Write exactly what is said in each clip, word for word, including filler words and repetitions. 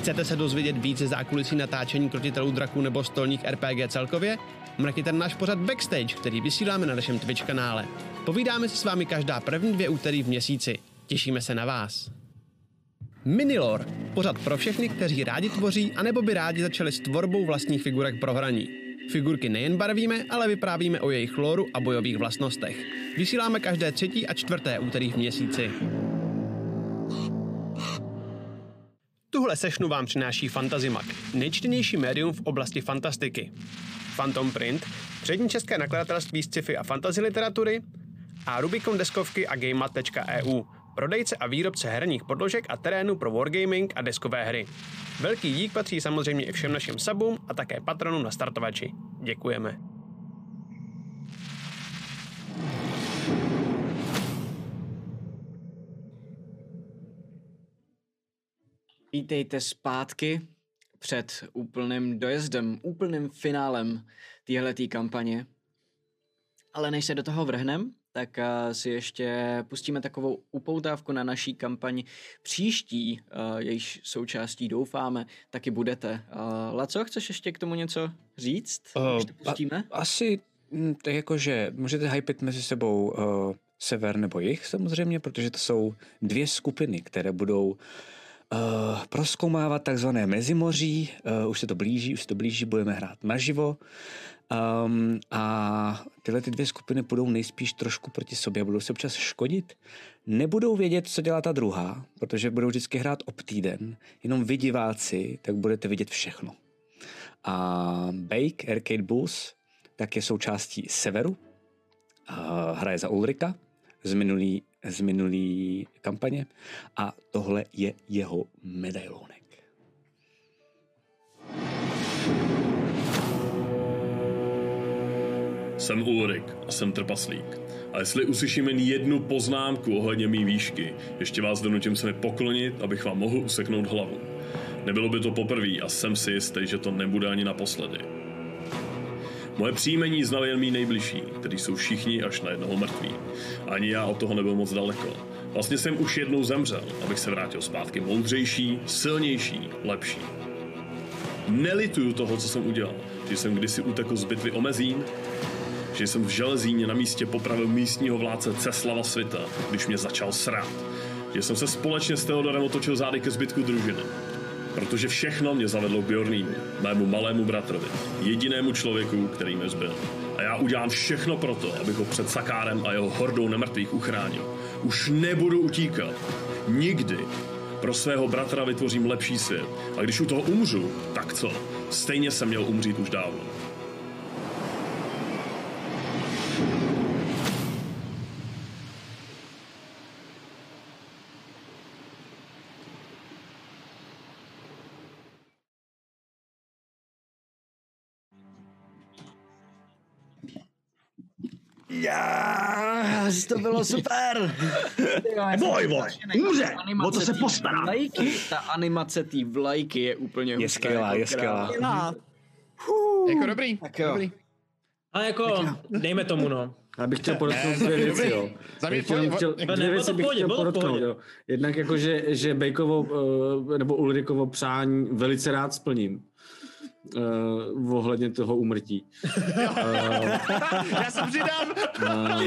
Chcete se dozvědět víc ze zákulisí natáčení Krotitelů draků nebo stolních R P G celkově? Mrkněte na náš pořad Backstage, který vysíláme na našem Twitch kanále. Povídáme si s vámi každá první dvě úterý v měsíci. Těšíme se na vás. Minilore, pořad pro všechny, kteří rádi tvoří, anebo by rádi začali s tvorbou vlastních figurek pro hraní. Figurky nejen barvíme, ale vyprávíme o jejich lóru a bojových vlastnostech. Vysíláme každé třetí a čtvrté úterý v měsíci. Tuhle sešnu vám přináší Fantazimak, nejčtenější médium v oblasti fantastiky. Phantom Print, přední české nakladatelství z sci-fi a fantasy literatury, a Rubicon deskovky a gamemat tečka e u, prodejce a výrobce herních podložek a terénu pro wargaming a deskové hry. Velký dík patří samozřejmě i všem našim subům a také patronům na startovači. Děkujeme. Vítejte zpátky před úplným dojezdem, úplným finálem téhletý kampaně. Ale než se do toho vrhnem, tak uh, si ještě pustíme takovou upoutávku na naší kampaň příští, uh, jejíž součástí doufáme, taky budete. Uh, Laco, chceš ještě k tomu něco říct? Uh, to pustíme? A, asi m, tak jakože můžete hypit mezi sebou uh, sever nebo jih samozřejmě, protože to jsou dvě skupiny, které budou Uh, prozkoumávat takzvané Mezimoří, uh, už se to blíží, už se to blíží, budeme hrát naživo um, a tyhle ty dvě skupiny budou nejspíš trošku proti sobě, budou se občas škodit, nebudou vědět, co dělá ta druhá, protože budou vždycky hrát ob týden, jenom vy diváci, tak budete vidět všechno. A Bake, Arcade Bulls, tak je součástí severu, uh, hraje za Ulrika z minulý z minulý kampaně a tohle je jeho medailonek. Jsem Ulrik a jsem trpaslík. A jestli uslyším jen jednu poznámku ohledně mý výšky, ještě vás donutím se mi poklonit, abych vám mohl useknout hlavu. Nebylo by to poprvé a jsem si jistý, že to nebude ani naposledy. Moje příjmení znali jen mý nejbližší, kteří jsou všichni až na jednoho mrtví. Ani já od toho nebyl moc daleko. Vlastně jsem už jednou zemřel, abych se vrátil zpátky moudřejší, silnější, lepší. Nelituju toho, co jsem udělal, že jsem kdysi utekl z bitvy o Mezín, že jsem v Železíně na místě popravil místního vládce Ceslava Svita, když mě začal srát, že jsem se společně s Theodorem otočil zády ke zbytku družiny. Protože všechno mě zavedlo k Bjornímu, mému malému bratrovi, jedinému člověku, který mi zbyl. A já udělám všechno proto, abych ho před Sakárem a jeho hordou nemrtvých uchránil. Už nebudu utíkat. Nikdy. Pro svého bratra vytvořím lepší svět. A když u toho umřu, tak co? Stejně jsem měl umřít už dávno. Já, to bylo super. Boj, boj, umře, o to se postará. Vlajky, ta animace té vlajky je úplně Je skvělá, je skvělá. Jako dobrý, tak jo. dobrý. Ale jako, dejme tomu, no. Já bych chtěl podotknout dvě věci, jo. Za mě Chtěl, chtěl, Ne, dvě věci bylo to bych v pohodě, chtěl bylo to v podotknout, pohodě. jo. Jednak jako, že, že Bejkovo, uh, nebo Ulrikovo přání velice rád splním. Uh, ohledně toho úmrtí. uh, Já se přidám. uh,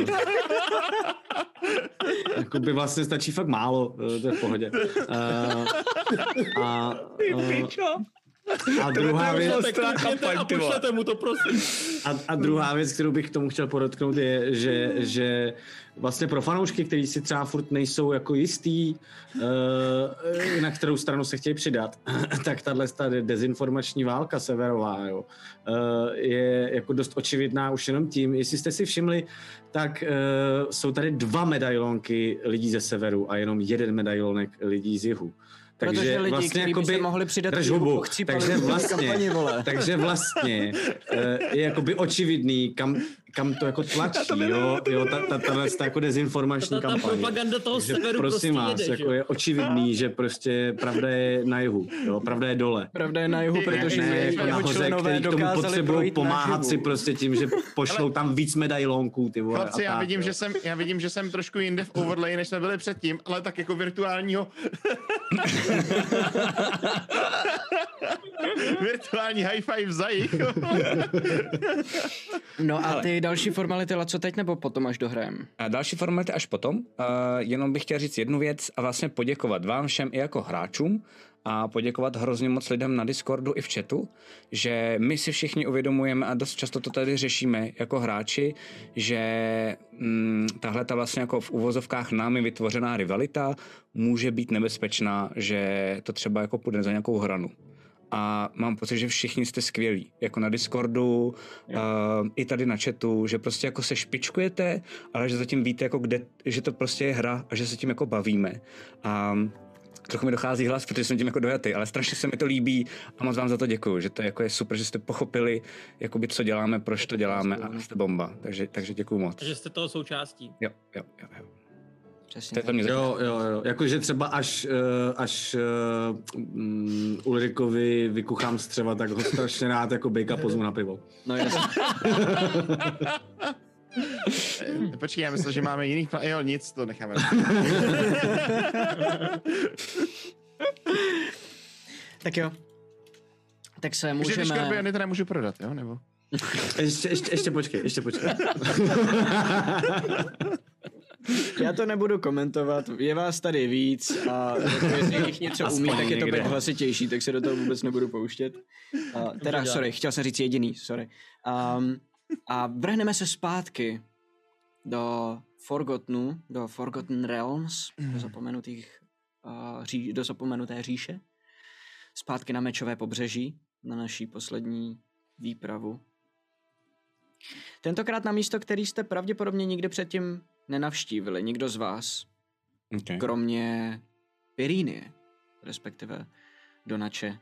Jakoby vlastně stačí fakt málo, uh, to je v pohodě. Uh, a, uh, a druhá věc, A pošlete mu to, prosím. a, a druhá věc, kterou bych k tomu chtěl podotknout, je, že, že vlastně pro fanoušky, kteří si třeba furt nejsou jako jistý, uh, na kterou stranu se chtějí přidat, tak tahle dezinformační válka severová, jo, uh, je jako dost očividná už jenom tím, jestli jste si všimli, tak uh, jsou tady dva medailonky lidí ze severu a jenom jeden medailonek lidí z jihu. Takže Protože lidi, vlastně kteří by se mohli přidat drž k jihu, hubu. chcípali takže v vlastně, kampani, vole. takže vlastně uh, je jakoby očividný, kam, kam to jako tlačí, jo, jo, ta, ta, ta, ta jako dezinformační kampaně. Ta propaganda toho Takže severu prosím prostě vás, jede, jako je očividný, že prostě pravda je na jihu, jo, pravda je dole. Pravda je na jihu, protože ne, ne, jako nahoře, který k tomu potřebují pomáhat si prostě tím, že pošlou tam víc medailonků, ty vole. Chlapci, já tak, vidím, jo. že jsem, já vidím, že jsem trošku jinde v overlay, než jsme byli předtím, ale tak jako virtuálního... virtuální high five za jich. No a ty další formality, co teď nebo potom až dohrajem? A další formality až potom. Uh, jenom bych chtěl říct jednu věc a vlastně poděkovat vám všem i jako hráčům a poděkovat hrozně moc lidem na Discordu i v chatu, že my si všichni uvědomujeme a dost často to tady řešíme jako hráči, že mm, tahle ta vlastně jako v uvozovkách námi vytvořená rivalita může být nebezpečná, že to třeba jako půjde za nějakou hranu. A mám pocit, že všichni jste skvělí. Jako na Discordu, uh, i tady na chatu, že prostě jako se špičkujete, ale že zatím víte, jako kde, že to prostě je hra a že se tím jako bavíme. A trochu mi dochází hlas, protože jsem tím jako dojatý, ale strašně se mi to líbí a moc vám za to děkuju, že to je, jako je super, že jste pochopili, jakoby, co děláme, proč to děláme a jste bomba. Takže, takže děkuju moc. Že jste toho součástí. Jo, jo, jo. jo. Přesně To mě Jo, jo, jo. Jakože třeba až, až uh, um, Ulrikovi vykuchám střeva, tak ho strašně rád jako bejka pozvu na pivo. No jasně. Počkej, já myslím, že máme jiný plán. Jo, nic, to necháme. Tak jo. Tak se Můžeme... Že ty můžeme... škorpiony teda můžu prodat, jo, nebo? Ještě, ještě, ještě počkej, ještě počkej. Já to nebudu komentovat, je vás tady víc a jestli jich něco umí, tak je to být hlasitější, tak se do toho vůbec nebudu pouštět. A, teda, sorry, chtěl jsem říct jediný, sorry. Um, a vrhneme se zpátky do Forgottenu, do Forgotten Realms, do zapomenutých, uh, ří, do zapomenuté říše. Zpátky na Mečové pobřeží, na naší poslední výpravu. Tentokrát na místo, který jste pravděpodobně nikdy předtím nenavštívili, nikdo z vás. Okay. Kromě Pyrínie, respektive Donače.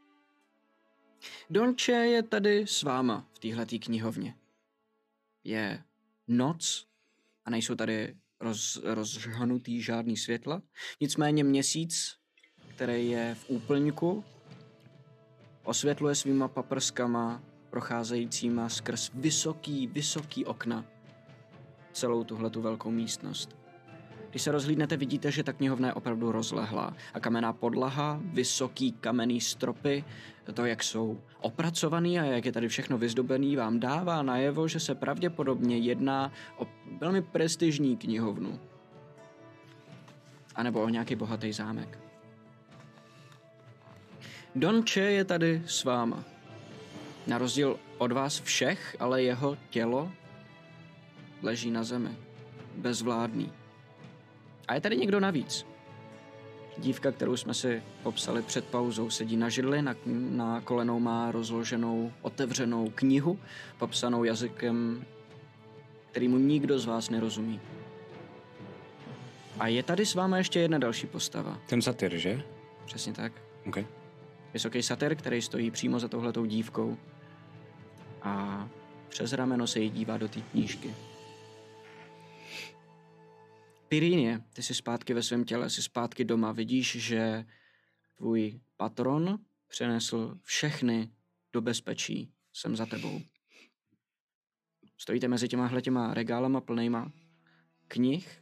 Donče je tady s váma v téhletý knihovně. Je noc a nejsou tady roz, rozžhanutý žádný světla. Nicméně měsíc, který je v úplňku, osvětluje svýma paprskama procházejícíma skrz vysoký, vysoký okna celou tuhletu velkou místnost. Když se rozhlídnete, vidíte, že ta knihovna je opravdu rozlehlá a kamenná podlaha, vysoký kamenný stropy, to, jak jsou opracovaný a jak je tady všechno vyzdobený, vám dává najevo, že se pravděpodobně jedná o velmi prestižní knihovnu. A nebo o nějaký bohatý zámek. Donče je tady s váma. Na rozdíl od vás všech, ale jeho tělo leží na zemi. Bezvládný. A je tady někdo navíc. Dívka, kterou jsme si popsali před pauzou, sedí na židli, na, na kolenou má rozloženou, otevřenou knihu, popsanou jazykem, kterýmu nikdo z vás nerozumí. A je tady s váma ještě jedna další postava. Ten satyr, že? Přesně tak. Okay. Vysoký satyr, který stojí přímo za touhletou dívkou a přes rameno se jí dívá do té knížky. Pyrínie, ty jsi zpátky ve svém těle, jsi zpátky doma. Vidíš, že tvůj patron přenesl všechny do bezpečí sem za tebou. Stojíte mezi těma těma regálama plnejma knih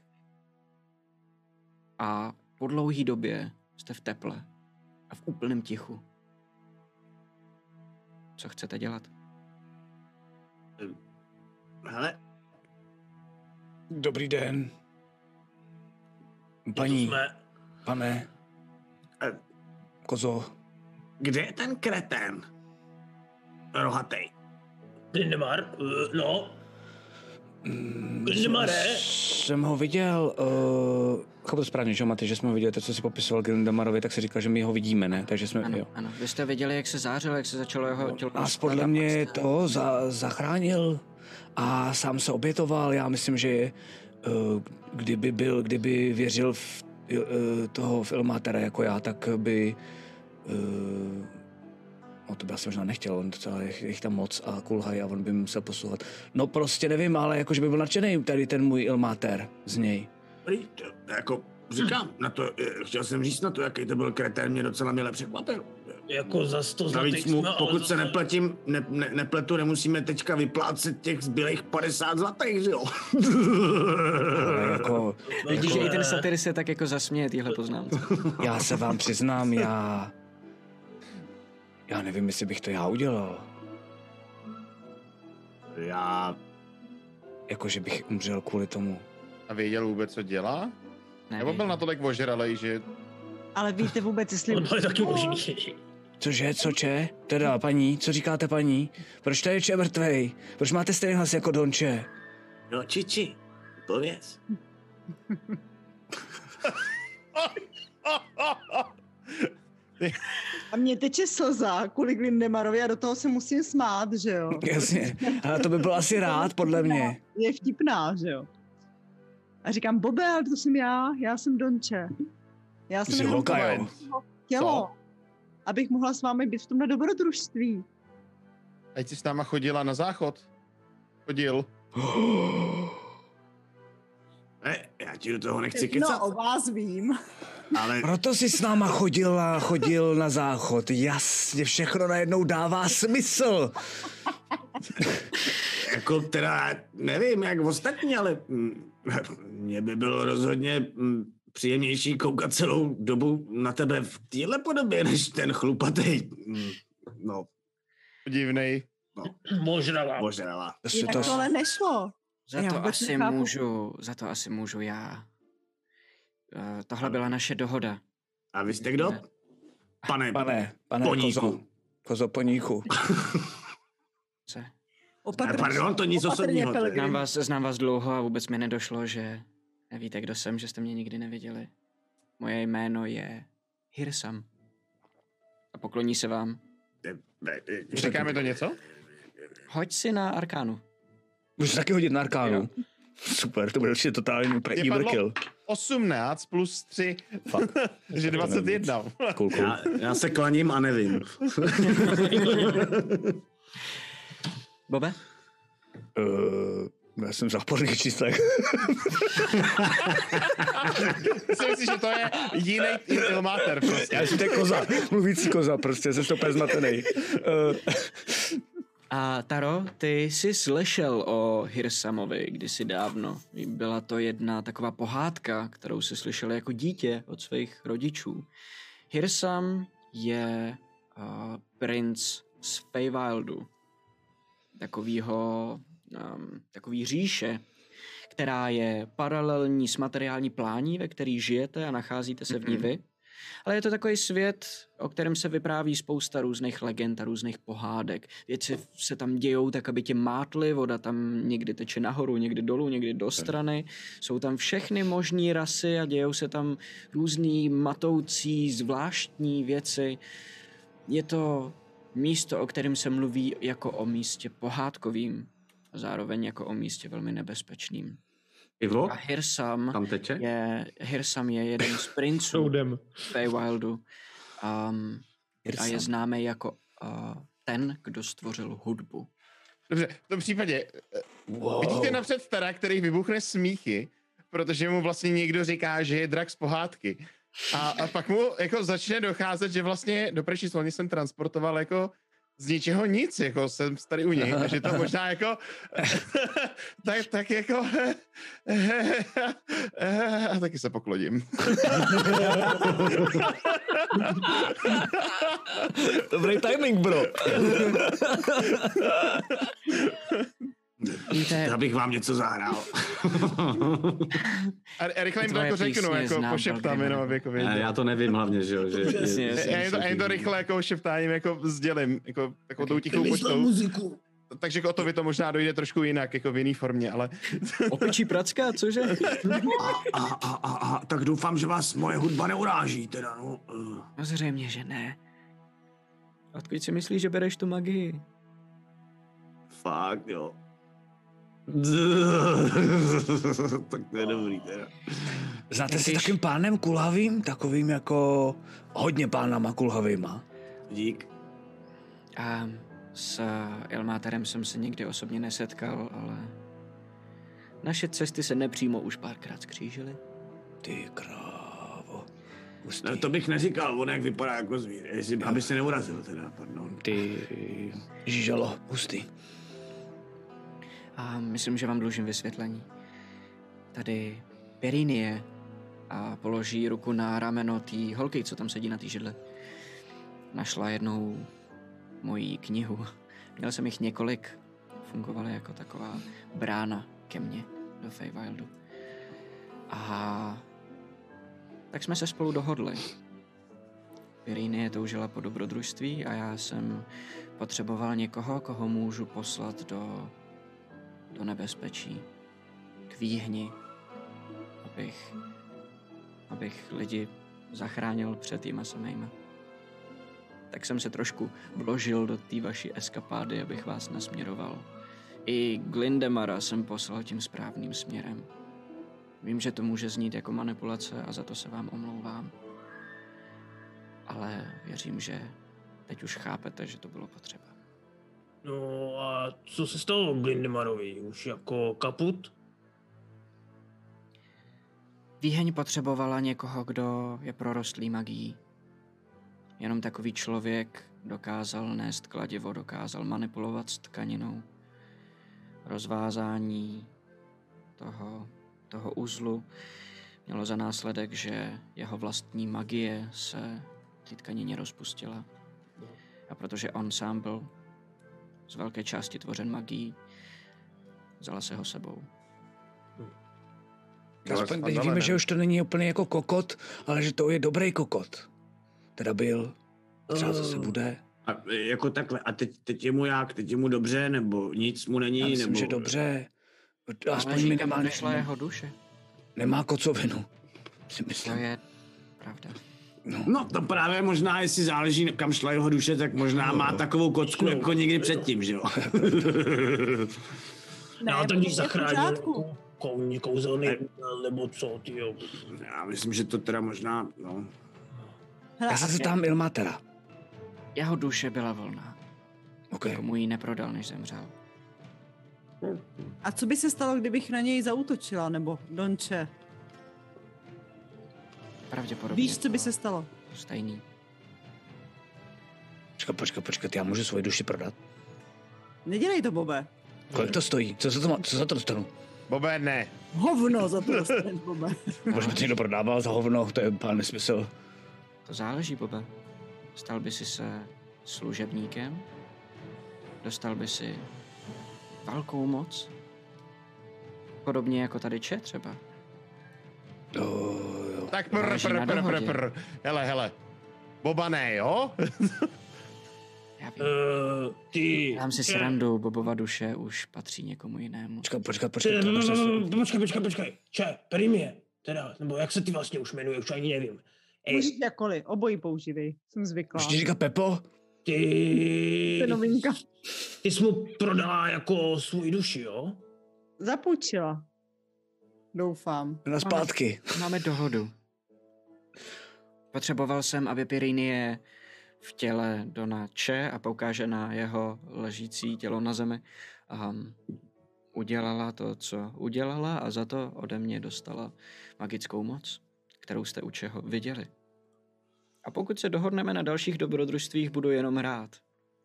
a po dlouhý době jste v teple a v úplném tichu. Co chcete dělat? Hele. Dobrý den. Paní, pane, Eh. kozo. Kde je ten kretén? Rohatej. Gryndemar? Uh, no. Gryndemare? Jsem ho viděl, uh, chápu to správně, že Maty, že jsme ho viděli, to, co si popisoval Grindelmarovi, tak si říkal, že my ho vidíme, ne? Takže jsme, Ano, jo. ano. Vy jste viděli, jak se zářilo, jak se začalo jeho tělo. Nás podle mě to za, zachránil a sám se obětoval. Já myslím, že uh, kdyby byl, kdyby věřil v uh, toho filmátera jako já, tak by uh, No to by asi možná nechtěl, on docela je jich tam moc a kulhaj a on by musel poslouchat. No prostě nevím, ale jakože by byl nadšený tady ten můj Ilmáter z něj. Prý, to, jako říkám, na to, chtěl jsem říct na to, jaký to byl kretén, mě docela mile překvapil. Jako za sto Navíc zlatých mu, jsme, ale pokud za se sto- nepletím, ne, ne, nepletu, nemusíme teďka vyplácet těch zbylých padesát zlatých, že jo? Ale jako, Vidíš, jako že i ten satyr se tak jako zasměje týhle poznámce. já se vám přiznám, já... Já nevím, jestli bych to já udělal. Já... Jakože bych umřel kvůli tomu. A věděl vůbec, co dělá? Nebo byl natolik ožralej, že... Ale víte vůbec, jestli... No, to je taky možný. Cože, coče? Teda, paní, co říkáte, paní? Proč tady je mrtvej? Proč máte stejný hlas jako Donče? No, Čiči, pověz. A mě teče slza kvůli Glindemarovi a do toho se musím smát, že jo? Jasně, ale to by byl asi rád, podle mě. Je vtipná, že jo? A říkám, Bobe, ale to jsem já, já jsem Donče. Já jsem Jsi jenom holka, jo? tělo, abych mohla s vámi být v tomhle dobrodružství. Ať jsi s náma chodila na záchod. Chodil. Ne, já ti do toho nechci kecat, No, o vás vím. ale Proto jsi s náma chodil a chodil na záchod. Jasně, všechno najednou dává smysl. jako teda nevím, jak ostatní, ale mm, mně by bylo rozhodně mm, příjemnější koukat celou dobu na tebe v téhle podobě, než ten chlupatej, mm, no, Divnej. Možná. božrala. To, Jinak to, to ale nešlo. Za Já to vůbec asi nechápu. můžu, za to asi můžu já. Uh, tohle byla naše dohoda. A vy jste kdo? Pane, pane, pane Poníku. kozo, kozo poníku. Co? Ne, Opatrně, pardon, to nic opatrně, osobního. to je- Pelegrin. Znám vás, znám vás dlouho a vůbec mi nedošlo, že nevíte, kdo jsem, že jste mě nikdy neviděli. Moje jméno je Hirsam. A pokloní se vám. ne, ne, ne, Říkáme to něco? Hoď si na Arkánu. Můžu taky hodit na arkánu. Super, to bude určitě totální úplně Mně evil padlo kill. osmnáct plus tři, Fakt. že dvacet jedna. Cool, cool. Já, já se klaním a nevím. Bobe? Uh, já jsem v záporných číslech. Myslím si, že to je jiný Ilmáter prostě. Já jsem to je koza, mluvící koza, prostě jsem to úplně zmatený. Uh, A Taro, ty jsi slyšel o Hirsamovi kdysi dávno. Byla to jedna taková pohádka, kterou jsi slyšel jako dítě od svých rodičů. Hirsam je uh, princ z Feywildu. Takovýho, um, takový říše, která je paralelní s materiální plání, ve který žijete a nacházíte se v ní vy. Ale je to takový svět, o kterém se vypráví spousta různých legend a různých pohádek. Věci se tam dějou tak, aby tě mátly, voda tam někdy teče nahoru, někdy dolů, někdy do strany. Jsou tam všechny možné rasy a dějou se tam různý matoucí, zvláštní věci. Je to místo, o kterém se mluví jako o místě pohádkovým a zároveň jako o místě velmi nebezpečným. Ivo, A Hirsam tam teče? je, Hirsam je jeden z princů Soudem. Feywildu um, a je Hirsam. známý jako uh, ten, kdo stvořil hudbu. Dobře, v tom případě wow. vidíte napřed Stara, který vybuchne smíchy, protože mu vlastně někdo říká, že je drak z pohádky. A, a pak mu jako začne docházet, že vlastně do prečí slony jsem transportoval jako z ničeho nic, jako jsem tady u něj, a že to možná jako tak, tak jako a taky se pokloním. Dobrý timing, bro. Víte, Já bych vám něco zahrál. A, a rychle jim to Tvoje jako řeknu, písně jako znám pošeptám Belgrima. jenom, aby jako Ne, věděl. já to nevím hlavně, že jo. Že, Jasně, je- jasně. Já jim to, já jim to rychle jako šeptáním jako sdělím, jako takovou tou tichou poštou. muziku. Takže o to by to možná dojde trošku jinak, jako v jiný formě, ale opičí pracka, cože? A, a, a, a, a, tak doufám, že vás moje hudba neuráží, teda, no. Uh. No zřejmě, že ne. Odkud si myslíš, že bereš tu magii? Fakt, jo. Tak to je dobrý, teda. Znáte se Když- takým pánem kulhavým? Takovým jako hodně pánama kulhavýma. Dík. A s Ilmáterem jsem se nikdy osobně nesetkal, ale naše cesty se nepřímo už párkrát skřížily. Ty krávo. Hustý. No, to bych neříkal, on jak vypadá jako zvíře, jestli, aby se neurazil teda, pardon. Ty žížalo, hustý. A myslím, že vám dlužím vysvětlení. Tady Perinie a položí ruku na rameno té holky, co tam sedí na té židli. Našla jednou moji knihu. Měl jsem jich několik. Fungovaly jako taková brána ke mně do Feywildu. A tak jsme se spolu dohodli. Perinie toužila po dobrodružství a já jsem potřeboval někoho, koho můžu poslat do, do nebezpečí. K výhni. Abych, abych lidi zachránil před jima samejma. Tak jsem se trošku vložil do té vaší eskapády, abych vás nasměroval. I Glindemara jsem poslal tím správným směrem. Vím, že to může znít jako manipulace a za to se vám omlouvám. Ale věřím, že teď už chápete, že to bylo potřeba. No a co se stalo Glindemarovi? Už jako kaput? Výheň potřebovala někoho, kdo je prorostlý magií. Jenom takový člověk dokázal nést kladivo, dokázal manipulovat s tkaninou. Rozvázání toho, toho uzlu mělo za následek, že jeho vlastní magie se té tkanině rozpustila. A protože on sám byl z velké části tvořen magií, vzala se ho sebou. Aspoň teď víme, že už to není úplně jako kokot, ale že to je dobrý kokot. Teda byl. Třeba zase bude. A jako takhle, a teď, teď je mu jak, teď je mu dobře, nebo nic mu není, Já myslím, nebo... že dobře. Ale Aspoň říkám, minimálně nešla jeho duše. nemá kocovinu. Si To myslím. je pravda. No to právě možná, jestli záleží, kam šla jeho duše, tak možná má takovou kocku jako nikdy předtím, že jo? Ne, Já to tam je když v zachránil pořádku. kou, kouzelný nebo co, tyjo. Já myslím, že to teda možná, no... Hele, Já se a- zeptám Ilmátera. Jeho duše byla volná. Okay. Komu ji neprodal, než zemřel. A co by se stalo, kdybych na něj zaútočila, nebo Donče? Pravděpodobně. Víš, co by se stalo? Stejný. Počkat, počkat, počkat, já můžu svoji duši prodat? Nedělej to, Bobe. Kolik to stojí? Co za to, má, co za to dostanu? Bobe, ne. Hovno za to dostaneš, Bobe. Možná by to někdo prodával za hovno, to je pán nesmysl. To záleží, Bobe. Stal by si se služebníkem? Dostal by si velkou moc? Podobně jako tady Če třeba. Jo, jo. Tak prr, Záleží prr, na prr, prr, dohodě. prr. Hele, hele. Boba ne, jo? Já vím. Uh, ty... Dám si srandu, Bobova duše už patří někomu jinému. Počkat, počkat, Ty, počkat. počkat, počkat. Počkej, počkej, počkej. Če, Primie, teda, nebo jak se ty vlastně už jmenuje, už ani nevím. Ej, Můžeš jakkoliv, obojí používej. Jsem zvyklá. Už ti říká Pepo? To je ty... novinka. Ty jsi mu prodala jako svůj duši, jo? Zapůjčila. Doufám. Na zpátky. Máme dohodu. Potřeboval jsem, aby Pyrinie v těle Dona Če a poukáže na jeho ležící tělo na zemi um, udělala to, co udělala a za to ode mě dostala magickou moc, kterou jste u Čeho viděli. A pokud se dohodneme na dalších dobrodružstvích, budu jenom rád.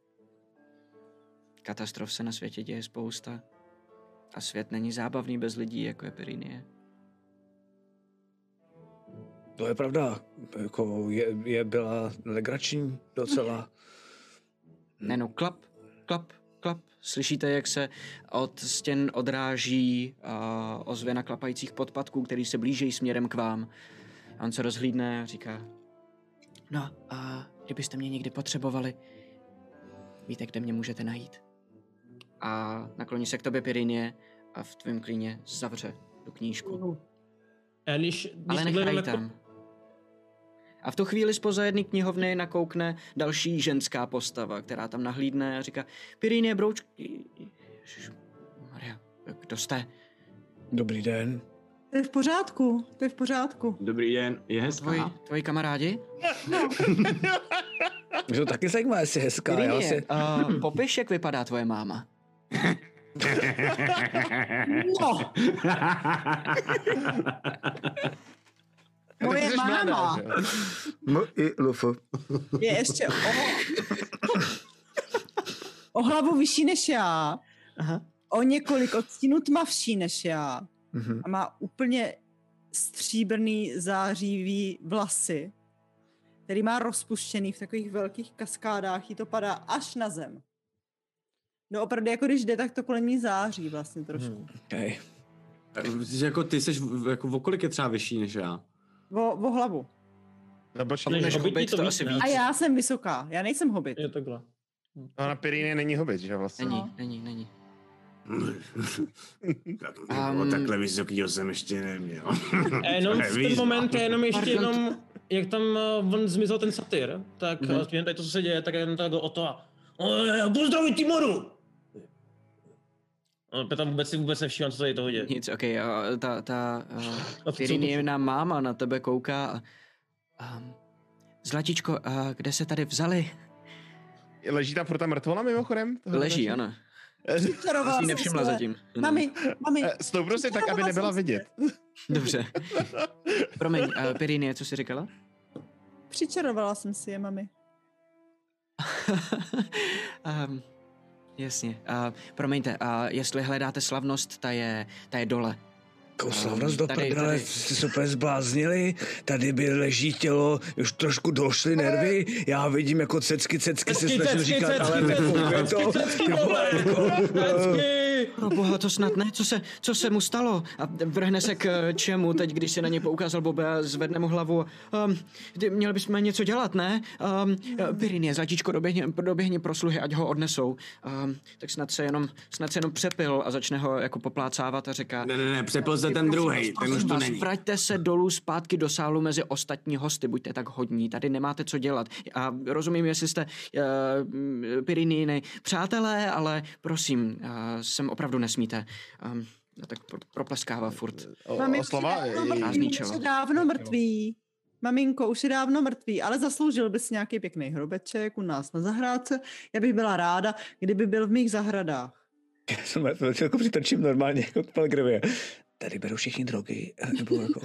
Katastrof se na světě děje spousta a svět není zábavný bez lidí, jako je Pyrinie. To je pravda. Jako je, je byla legrační docela. Ne, no, klap, klap, klap. Slyšíte, jak se od stěn odráží uh, ozvěna klapajících podpatků, který se blíží směrem k vám. A on se rozhlídne a říká, no a kdybyste mě někdy potřebovali, víte, kde mě můžete najít. A nakloní se k tobě Pyrinie a v tvém klíně zavře tu knížku. A když, když Ale to nechaj hledám tam. A v tu chvíli spoza jedné knihovny nakoukne další ženská postava, která tam nahlídne a říká, Pyrinie, broučky... Maria, kdo jste? Dobrý den. To je v pořádku, to je v pořádku. Dobrý den, je hezká. Tvoji, tvoji kamarádi? Mě to taky zajímá, jestli je hezká. Já Irynie, si... uh, popiš, jak vypadá tvoje máma. No, moje máma M i l f. je ještě o, o hlavu vyšší než já, Aha. o několik odstínů tmavší než já Mhm. a má úplně stříbrný zářivý vlasy, který má rozpuštěný v takových velkých kaskádách, jí to padá až na zem. No opravdu, jako když jde, tak to kolem ní září vlastně trošku. Okay. Že jako ty jsi v- jako o kolik je třeba vyšší než já? O, o hlavu. Nebo Než Než hobiti hobit to to víc, asi ne? víc. A já jsem vysoká, já nejsem hobit. Je takhle. No, na Piríně není hobit, že vlastně? Není, není, není. Tak, Um, um, takhle vysokýho jsem ještě neměl. A jenom To je v ten výzva. moment, je jenom ještě Pardon, jenom, jak tam uh, on zmizel ten satyr, tak Mhm. mm-hmm. tady to, co se děje, tak jenom tak o to a "O, pozdravit Timoru! On tam vůbec si vůbec nevšímám, co se tady toho děje. Nic, ok, a ta, ta A uh, co Irynievna máma na tebe kouká a... Um, Zlatičko, a kde se tady vzali? Leží tam furt ta mrtvola mimochodem? Toho Leží, dodačí? ano. Čarovala Jsi jsem nevšimla své- zatím. Ano. Mami, mami, Eh, Stoupnu si tak, aby nebyla vidět. Dobře. Promiň, uh, Pyrinie, co jsi říkala? přičarovala jsem si je, mami. um, jasně. Uh, promiňte, uh, jestli hledáte slavnost, ta je, ta je dole. Jakou slavnost do Tady, prdele, tady. jste se úplně zbláznili, tady by leží tělo, už trošku došly nervy, já vidím jako cecky, cecky se Cecky, snažím cecky, říkat, cecky, ale nefunguje to. Ty vole, jako, eh, Pro boha, to snad ne, co se, co se mu stalo? A vrhne se k čemu teď, když se na ně poukázal Bobe a zvedne mu hlavu. Um, měli bychom něco dělat, ne? Um, Pyrinie, Zlatíčko, doběhni, doběhni pro sluhy, ať ho odnesou. Um, tak snad se jenom, snad se jenom přepil a začne ho jako poplácávat a říká... Ne, ne, ne, přepl se ten druhej, ten už tu vás, není. vraťte se dolů zpátky do sálu mezi ostatní hosty, buďte tak hodní, tady nemáte co dělat. A rozumím, jestli jste uh, Pyrininy přátelé, ale prosím, uh, sem opravdu nesmíte. Um, no tak pro, propleskává furt. O, Mami, o už je slova? dávno i- Prázdný mrtvý, čelo. už je dávno mrtvý. Maminko, už je dávno mrtvý, ale zasloužil bys nějaký pěkný hrobeček u nás na zahrádce. Já bych byla ráda, kdyby byl v mých zahradách. Já jsem jako přitočím normálně jako k Pelgrimie. Tady berou všichni drogy, eh, nebo jako...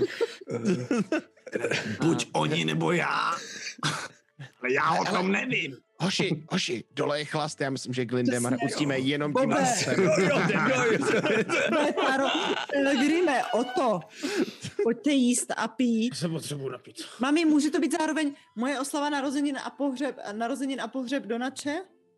Uh, Buď oni nebo já. Ale já o tom nevím. Hoši, hoši, dole je chlast, já myslím, že Glindemar Přesně, ustíme jenom tím Bobe. hlasem. Taro, Pelgrime, o to. Pojďte jíst a pít. Se potřebuji napít. Mami, může to být zároveň moje oslava narozenin a pohřeb, narozenin a pohřeb Donače?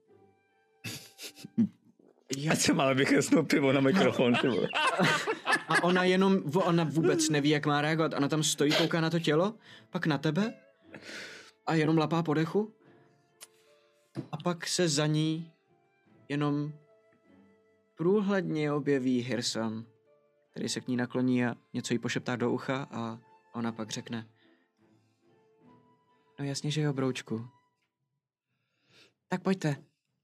Ať jsem ale vychesnul pivo na mikrofon, ty vole. A ona jenom, ona vůbec neví, jak má reagovat. Ona tam stojí, kouká na to tělo, pak na tebe a jenom lapá po dechu. A pak se za ní jenom průhledně objeví Hirsan, který se k ní nakloní a něco jí pošeptá do ucha a ona pak řekne: No jasně, že jo, broučku. Tak pojďte.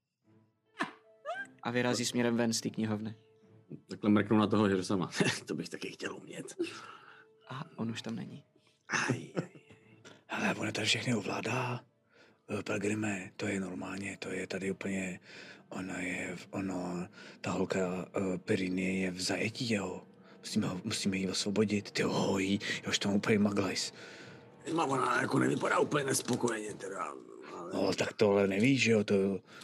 A vyrazí směrem ven z té knihovny. Takhle mrknu na toho Hirsama. To bych taky chtěl umět. A on už tam není. Aj, aj. Ale on tady všechny ovládá. Eh, Pelgrime, to je normálně, to je tady úplně, ona je, v- ono, ta holka uh, Pyrinie je v zajetí jeho. Musíme, ho, musíme ji osvobodit, ty ho hojí, já už tam úplně maglajs. Ma, ona jako nevypadá úplně nespokojeně teda. Ale... No, tak tohle nevíš, že jo, to...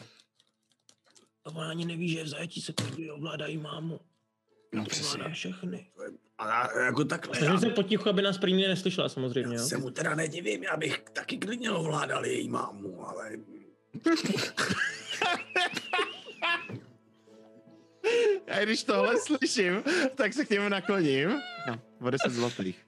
A ona ani neví, že v zajetí se každý ovládají mámu. No Ovládá přesně. všechny. A já, jako takhle, já, Snažím se potichu, aby nás první neslyšela samozřejmě, já jo? se mu teda nedivím, já bych taky klidně ovládal její mámu, ale... A když tohle slyším, tak se k němu nakloním. No. O deset zlatých.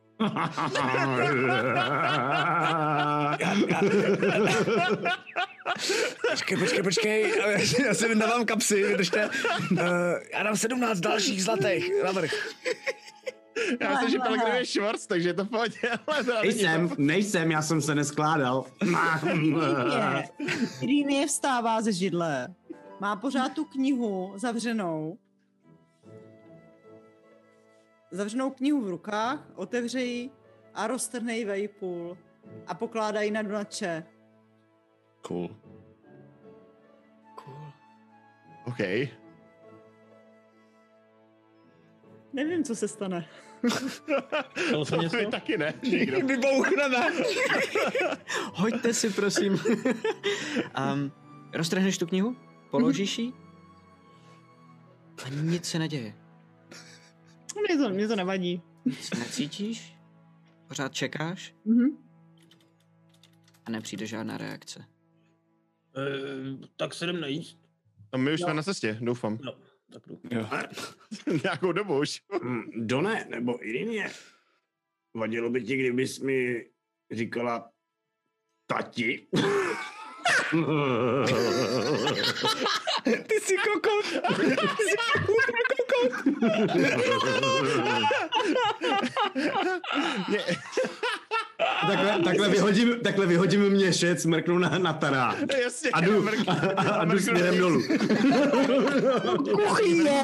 Počkej, počkej, počkej, já si, já si vydávám kapsy, vydržte. Uh, já dám sedmnáct dalších zlatých navrch. Já myslím, že Pelgrim je švorc, takže je to v pohodě, ale to není Nejsem, to. nejsem, já jsem se neskládal. Rýnie. Rýnie vstává ze židle. Má pořád tu knihu zavřenou. zavřenou knihu v rukách, otevře ji a roztrhne ji vejpůl a pokládá ji na dnače. Cool. Cool. OK. Nevím, co se stane. Stalo se něco? My taky ne. Nikdo. Vybouchneme. Hoďte si, prosím. um, roztrhneš tu knihu, položíš ji a nic se neděje. Mně to, mě to nevadí. Nic necítíš, pořád čekáš Mhm. a nepřijde žádná reakce. E, tak se jdem najíst. A my už jsme na cestě, doufám. No, tak jdu. Jo. Nějakou dobu už. Mm, Done, nebo Irině, vadilo by ti, kdybys mi říkala tati? Ty jsi kokot. Ty jsi kokot. Takhle, takhle, vyhodím, takhle vyhodím měšec, mrknu na, na tará. Jasně. A jdu, mrknu- a, a, a jdu mrknu- směrem dolů. Kuchyně!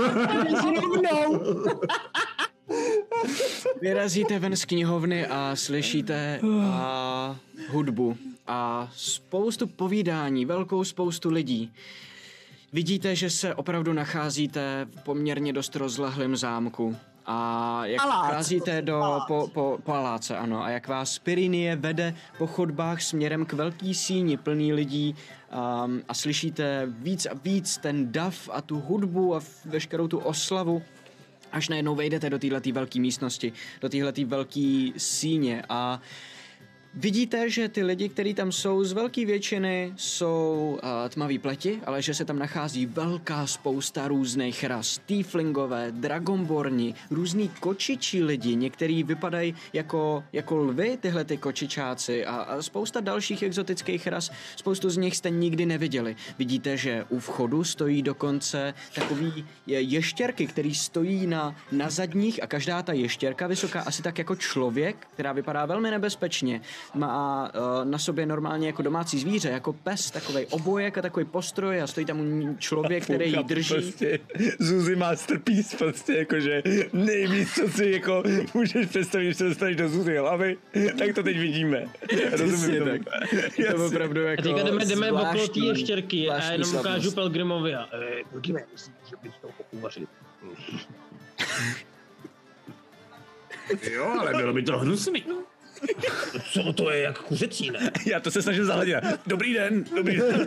Vyrazíte ven z knihovny a slyšíte a, hudbu a spoustu povídání, velkou spoustu lidí. Vidíte, že se opravdu nacházíte v poměrně dost rozlehlém zámku. A jak Palác. vcházíte do Palác. po, po, paláce, ano, a jak vás Pyrinie vede po chodbách směrem k velký síni plný lidí um, a slyšíte víc a víc ten dav a tu hudbu a veškerou tu oslavu, až najednou vejdete do téhletý velké místnosti, do téhletý velké síně a vidíte, že ty lidi, kteří tam jsou, z velké většiny jsou uh, tmavý pleti, ale že se tam nachází velká spousta různých ras. Tieflingové, dragonborni, různý kočičí lidi, některý vypadají jako, jako lvy, tyhle ty kočičáci a, a spousta dalších exotických ras, spoustu z nich jste nikdy neviděli. Vidíte, že u vchodu stojí dokonce takový je, ještěrky, který stojí na, na zadních a každá ta ještěrka vysoká asi tak jako člověk, která vypadá velmi nebezpečně, má uh, na sobě normálně jako domácí zvíře, jako pes, takovej obojek a takový postroj a stojí tam u člověk, který ji drží. Prostě Zuzi Masterpiece, prostě jakože nejvíc, co si jako můžeš představit, že se dostaneš do Zuzi hlavy, tak to teď vidíme. Rozumím tomu. Je to opravdu jako A teďka jdeme, jdeme okolo té zvláštní- ještěrky a zvláštní jenom slavnost. ukážu Pelgrimovi a e, Pelgrime, myslím, že bys to uvařil. Jo, ale bylo by to hnusný. Co to je, jak kuřecí, ne? Já to se snažím zahladit. Dobrý den, dobrý den.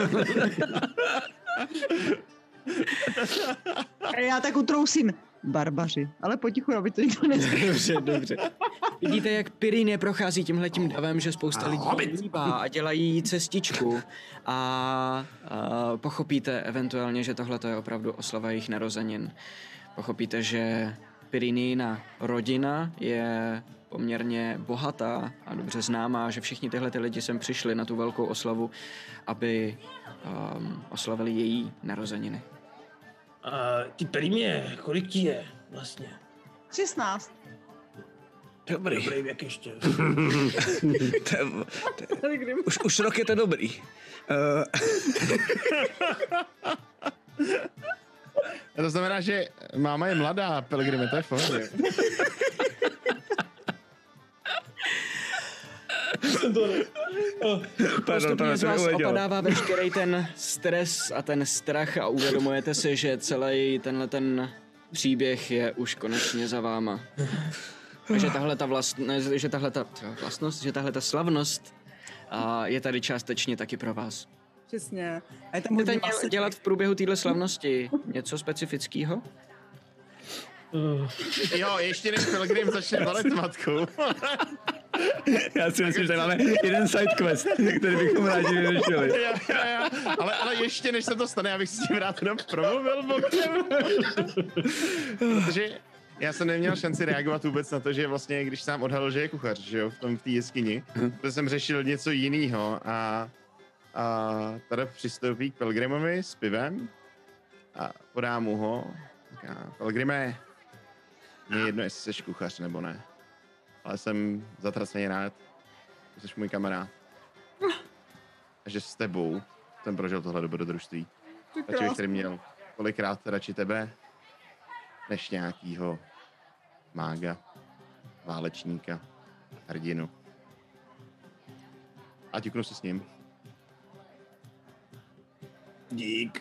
Já tak utrousím. Barbaři, ale potichu, aby to nikdo nezvěděl. Dobře, dobře. Vidíte, jak Pyrinie prochází tímhletím davem, že spousta lidí líbá a dělají cestičku a, a pochopíte eventuálně, že tohle je opravdu oslava jejich narozenin. Pochopíte, že Pyrinijina rodina je poměrně bohatá a dobře známá, že všichni tyhle ty lidi sem přišli na tu velkou oslavu, aby um, oslavili její narozeniny. A ty Perimě, kolik ti je vlastně? šestnáct. Dobrý. Dobrý věk ještě. To je- to je- Už, už rok je to dobrý. Uh, A to znamená, že máma je mladá, Pelgrime, to je v pohodě. Postupně z vás neuvěděl. opadává veškerý ten stres a ten strach a uvědomujete si, že celý tenhle ten příběh je už konečně za váma. A že tahle ta vlast, ne, že tahle ta vlastnost, že tahle ta slavnost a je tady částečně taky pro vás. Přesně. A je tam Chcete hodně děl- masek. dělat v průběhu téhle slavnosti něco specifického? Jo, ještě než Pelgrim začne valit matku. já si myslím, že tady máme jeden side quest, který bychom rádi vyřešili. Jo, jo, jo. Ale, ale ještě než se to stane, abych s tím rád jenom promluvil bokem. Protože já jsem neměl šanci reagovat vůbec na to, že vlastně, když sám odhalil, že je kuchař, že jo, v tom v té jeskyni, protože jsem řešil něco jiného a, a tady přistoupí k Pelgrimovi s pivem a podá mu ho. Říká, Pelgrime, mě je jedno, jestli jsi kuchař nebo ne, ale jsem zatraceně rád, že jsi můj kamarád. A že s tebou jsem prožil tohle dobrodružství. Takže bych tady měl kolikrát radši tebe, než nějakýho mága, válečníka, hrdinu. A ťuknu si s ním. Dík.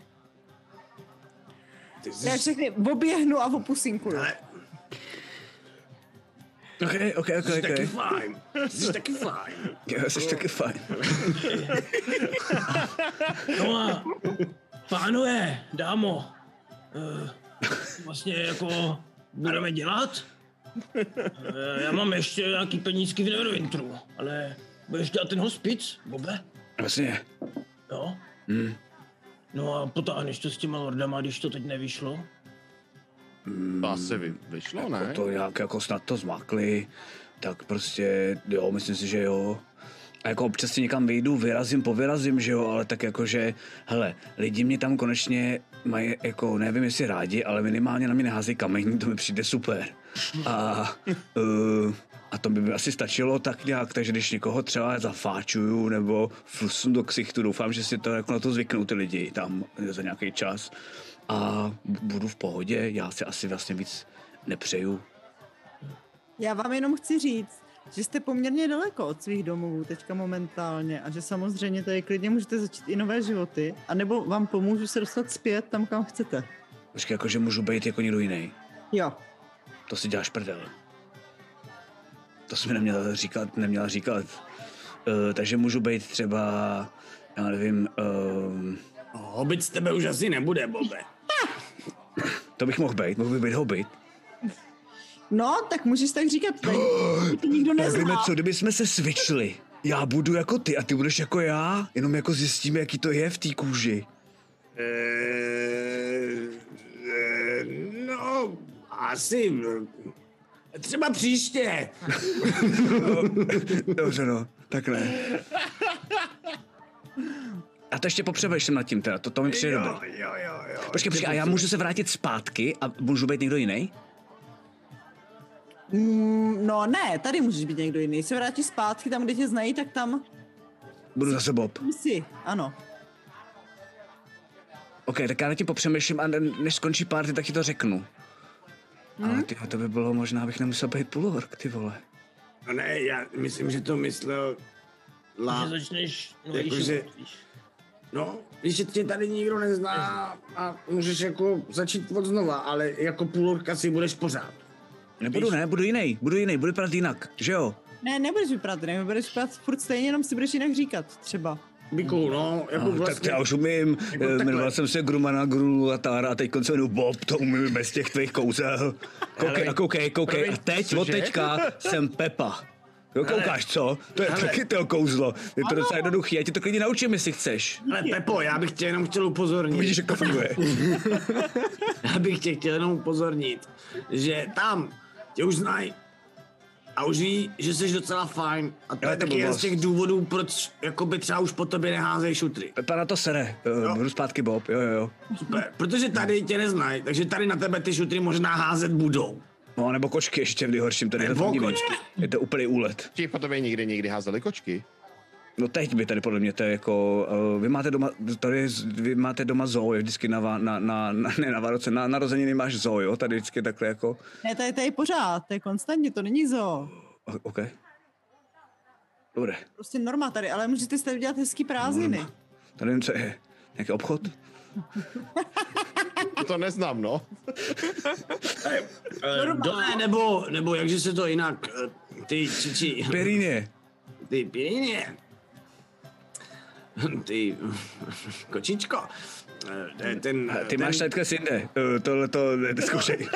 Ty jsi... Já všechny oběhnu a opusínkuju. Ale Ok, ok, ok, jsi ok. taky fajn. Jsi taky fajn. Jo, jsi taky fajn. No a pánové, dámo, uh, vlastně jako budeme dělat? Uh, já mám ještě nějaký penízky v Neverwinteru, ale budeš dělat ten hospic, Bobe? Vlastně. Jo? Hmm. No a potáhneš to s těma lordama, když to teď nevyšlo? To asi vy, vyšlo, ne? To nějak jako snad to zmákli, tak prostě, jo, myslím si, že jo. A jako občas si někam vyjdu, vyrazím, povyrazím, že jo, ale tak jako, že, hele, lidi mě tam konečně mají, jako, nevím, jestli rádi, ale minimálně na mě neházejí kamení, to mi přijde super. A, uh, a to by mi asi stačilo tak nějak, takže když někoho třeba zafáčuju nebo flusnu do ksichtu, doufám, že si to jako na to zvyknou ty lidi tam za nějaký čas. A budu v pohodě, já si asi vlastně víc nepřeju. Já vám jenom chci říct, že jste poměrně daleko od svých domovů teďka momentálně a že samozřejmě tady klidně můžete začít i nové životy, anebo vám pomůžu se dostat zpět tam, kam chcete. Počkej, jako že můžu být jako někdo jiný. Jo. To si děláš prdel. To jsi mi neměla říkat, neměla říkat. Uh, takže můžu být třeba, já nevím, uh, Hobit z tebe už asi nebude, Bobe. to bych mohl být, mohl bych být hobit. No, tak můžeš tak říkat, tady to nikdo Tak víme, nezná. co kdyby jsme se switchli. Já budu jako ty a ty budeš jako já, jenom jako zjistíme, jaký to je v té kůži. Eee, eee, no, asi třeba příště. Dobře no, tak ne. A to ještě popřemýšlím nad tím teda, to, to mi přijde Jo, dobrý. jo, jo, jo. Počkej, počkej, a já můžu se vrátit zpátky a můžu být někdo jiný? Mm, no ne, tady můžeš být někdo jiný. Se vrátíš zpátky tam, kde tě znají, tak tam Budu zase Bob. jsi, ano. OK, tak já na tím popřemýšlím a ne- než skončí party, tak ti to řeknu. Hmm? Ale ty, to by bylo možná, abych nemusel být půlork, ty vole. No ne, já myslím, že to myslel La... Že začneš Jako, nový že- život, víš. No, když tě tady nikdo nezná a můžeš jako začít od znova, ale jako půlorka si budeš pořád. Nebudu, ne, budu jiný, budu jiný, budu vypadat jinak, že jo? Ne, nebudeš vypadat, ne, budeš vypadat furt stejně, jenom si budeš jinak říkat, třeba. Biku, no, jako No, vlastně... tak to já už umím, Jako eh, takhle. jmenoval jsem se Grumana, Grulu a Tára a teď se jmenuji Bob, to umím bez těch tvých kouzel. Koukej, a koukej, koukej, a promiň, teď, od cože? teďka jsem Pepa. Jo, koukáš, co? To je taky to kouzlo. Je to docela jednoduchý, já ti to klidně naučím, jestli chceš. Ale Pepo, já bych tě jenom chtěl upozornit. Vidíš, jak to funguje. Já bych tě chtěl jenom upozornit, že tam tě už znají a už ví, že jsi docela fajn. A to Ale je to taky jeden z blbost. těch důvodů, proč jakoby třeba už po tobě neházejí šutry. Pepa na to sere, uh, budu zpátky Bob, jo, jo, jo. Super, protože tady tě neznají, takže tady na tebe ty šutry možná házet budou. No, nebo kočky ještě v nejhorším, to je Nebo fakt divný. kočky. Je to úplný úlet. Ti po tobě nikdy někdy házeli kočky? No teď by tady podle mě to je jako, uh, vy máte doma, tady, z- vy máte doma zoo, je vždycky na, va- na, na, na, ne na Vánoce, na narozeniny máš zoo, jo, tady vždycky takhle jako, Ne, to je tady pořád, to je konstantně, to není zoo. o- OK. Dobré, Prostě norma tady, ale můžete si tady udělat hezký prázdniny. tady nevím, co je, nějaký obchod? To neznám, no. Ne, nebo, nebo jakže se to jinak, eh, ty čiči, Períně. ty pěně, ty kočičko, eh, ten... Ty ten, máš tady jinde, uh, tohle to neskoušej.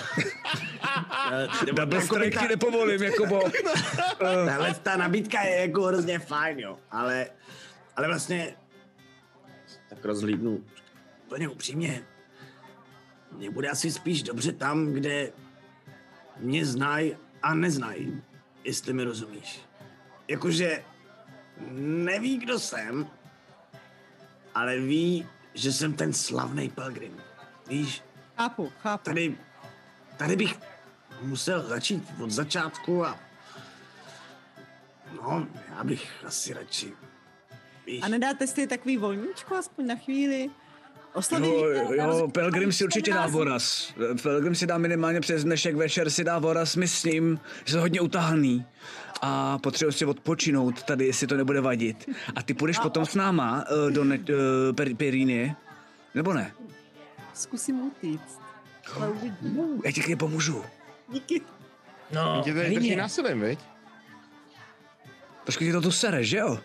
Double strike ti nepovolím, jako Bob. Tahle ta nabídka je jako hrozně fajn, jo, ale, ale vlastně tak rozhlídnu úplně upřímně. Mně bude asi spíš dobře tam, kde mě znají a neznají, jestli mi rozumíš. Jakože neví, kdo jsem, ale ví, že jsem ten slavný Pelgrim. Víš, Chápu, chápu. tady, tady bych musel začít od začátku a no, já bych asi radši, víš. A nedáte si takový volníčko aspoň na chvíli? Oslaví Jo, víkend, já jo, rozumím, Pelgrim si tam určitě dá nás- voraz. Pelgrim si dá minimálně přes dnešek večer si dá voraz, my s ním, že jsou hodně utahaný. A potřebuji si odpočinout tady, jestli to nebude vadit. A ty půjdeš potom s náma uh, do ne- uh, per- Perinie, nebo ne? Zkusím utíct. Ale uvidím. Já ti klidně pomůžu. Díky. No, Tě tady drží klidně. násilím, viď? Trošku ti to tu sere, že jo?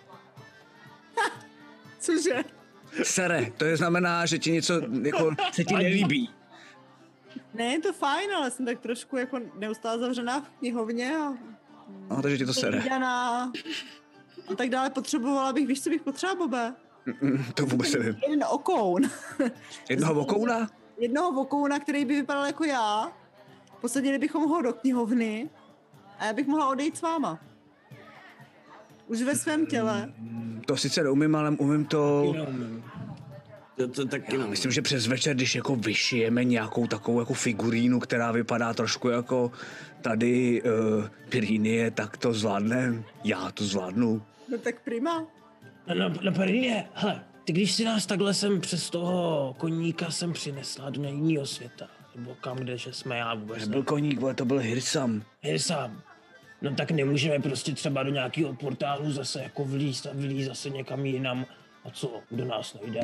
Cože? Sere, to je znamená, že ti něco jako se ti nelíbí. Ne, je to fajn, ale jsem tak trošku jako neustále zavřená v knihovně a No, takže ti to sere. vydaná a tak dále. Potřebovala bych, víš, co bych potřebovala, Bobe? Mm, To vůbec nevím. Jeden okoun. Jednoho vokouna? Jednoho okouna, který by vypadal jako já. Posadili bychom ho do knihovny a já bych mohla odejít s váma. Už ve svém těle. To sice neumím, ale umím to... Neumím. To, to taky Já myslím, že přes večer, když jako vyšijeme nějakou takovou jako figurínu, která vypadá trošku jako tady uh, Pyrínie, tak to zvládnem. Já to zvládnu. No tak prima. Na, na, na Perině, hele, ty když si nás takhle sem přes toho koníka sem přinesla do jiného světa, nebo kam, kde že jsme, já vůbec Nebyl koník, vole, to byl Hirsam. ne, sám. No tak nemůžeme prostě třeba do nějakého portálu zase jako vlízt a vylízt zase někam jinam. A co, do nás nejde?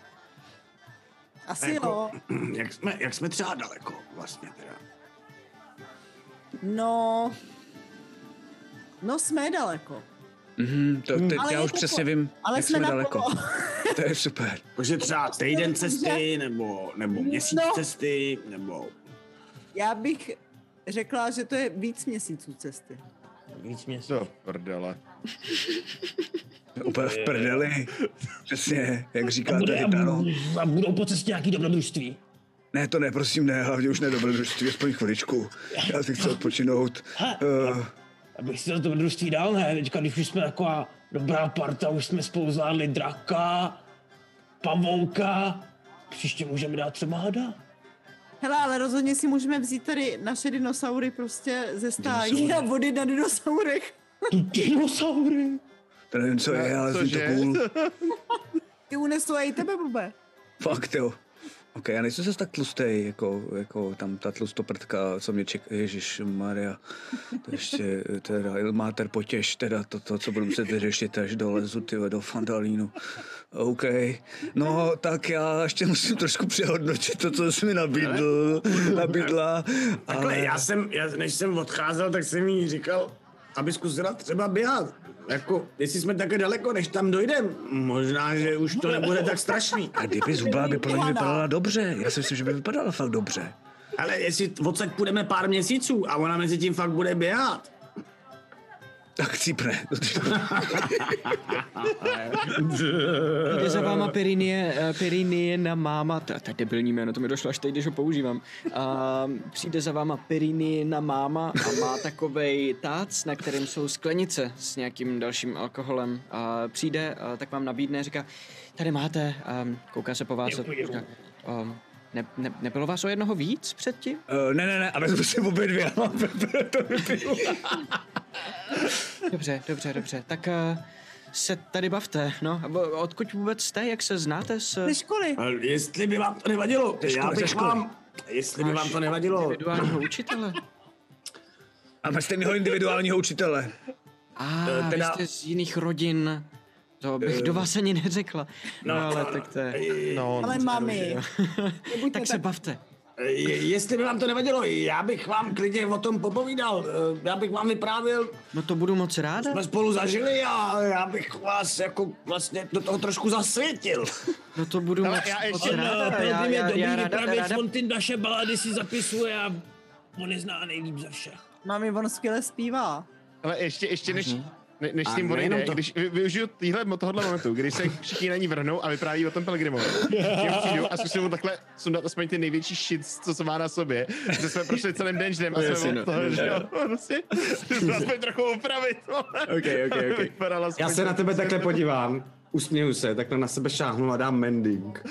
Asi Jako- jo. Jak jsme, jak jsme třeba daleko vlastně teda? No... No jsme daleko. Mhm, to, teď Ale já je už to přesně po- vím, ale jak jsme jsme na daleko. polo. To je super. Takže třeba týden cesty, nebo, nebo měsíc No. cesty, nebo... Já bych řekla, že to je víc měsíců cesty. Víc měsíců. To prdele. Úplně v prdeli. Přesně, jak A, říkáte bude, a, Hitano. a budou po cestě nějaký dobrodružství. Ne, to ne, prosím, ne, hlavně už ne dobrodružství, aspoň chviličku. Já si chci odpočinout. Uh, Abych si to dobrodružství dal, ne? Teďka, když už jsme taková dobrá parta, už jsme spolu zvládli draka, pavouka, příště můžeme dát třeba hada. Hele, ale rozhodně si můžeme vzít tady naše dinosaury prostě ze stájí a vody na dinosaurech. Tu dinosaury. to nevím, co je, ale zní to cože? cool. Ty unesou i tebe, Bube. Fakt jo. Ok, já nejsem zase tak tlustej, jako, jako tam ta tlustoprdka, co mě čeká, Ježíš Maria, to ještě teda Ilmáter potěš, teda to, to, co budu muset vyřešit, až dolezu tyhle do Fandalínu. OK, no tak já ještě musím trošku přehodnotit to, co jsi mi nabídl, nabídla. Takhle, ale... já jsem, já, než jsem odcházel, tak jsem jí říkal, aby zkusila třeba běhat. Jako, jestli jsme také daleko, než tam dojdem, možná, že už to nebude tak strašný. A kdyby zhubla, by podle mě vypadala dobře. Já si myslím, že by vypadala fakt dobře. Ale jestli odsaď půjdeme pár měsíců a ona mezi tím fakt bude běhat. Tak cípne. Jde za váma Perinie, eh, Perinie na máma, to, to je debilní jméno, to mi došlo až teď, když ho používám. A přijde za váma Perinie na máma a má takovej tác, na kterém jsou sklenice s nějakým dalším alkoholem. A přijde, a tak vám nabídne, říká, tady máte, a kouká se po vás. a Děkuji. říká, um, ne, ne, nebylo vás o jednoho víc předtím? Uh, ne, ne, ne, a vezmu si obě dvě. Já mám to vypiju. Dobře, dobře, dobře. Tak uh, se tady bavte, no. A odkud vůbec jste, jak se znáte s... Ze školy. Ale jestli by vám to nevadilo, Ze školy, já ze bych školy. vám, jestli by vám to nevadilo, individuálního učitele? A máš stejného individuálního učitele. A Eh, teda... teda- vy jste z jiných rodin. To bych do vás ani neřekla. No, no ale tak to je... No, Ale mami. nebuďte Tak se bavte. Je- jestli by vám to nevadilo, já bych vám klidně o tom popovídal, eh, já bych vám vyprávěl, No to budu moc ráda. jsme spolu zažili a já bych vás jako vlastně do toho trošku zasvětil. No to budu Ale moc, já moc ještě- ráda. Pelgrim je dobrý ráda, vypravěč, ráda, on ty naše balady si zapisuje a on je zná nejlíp ze všech. Mami, on skvěle zpívá. ale ještě, ještě než, ne, než A s tím nejenom odejde, to. když vy- využiju týhle, tohohle momentu, kdy se všichni na ní vrhnou a vypráví o tom Pelgrimovi. Já přijdu a zkusím mu takhle sundat aspoň ty největší shit, co se má na sobě. Že jsme prošli celým dungeonem a jsme od toho, že jo, prostě, jsme aspoň trochu upravit. Okay, okay, okay. Já se na tebe takhle podívám, usměju se, takhle na sebe šáhnu a dám mending.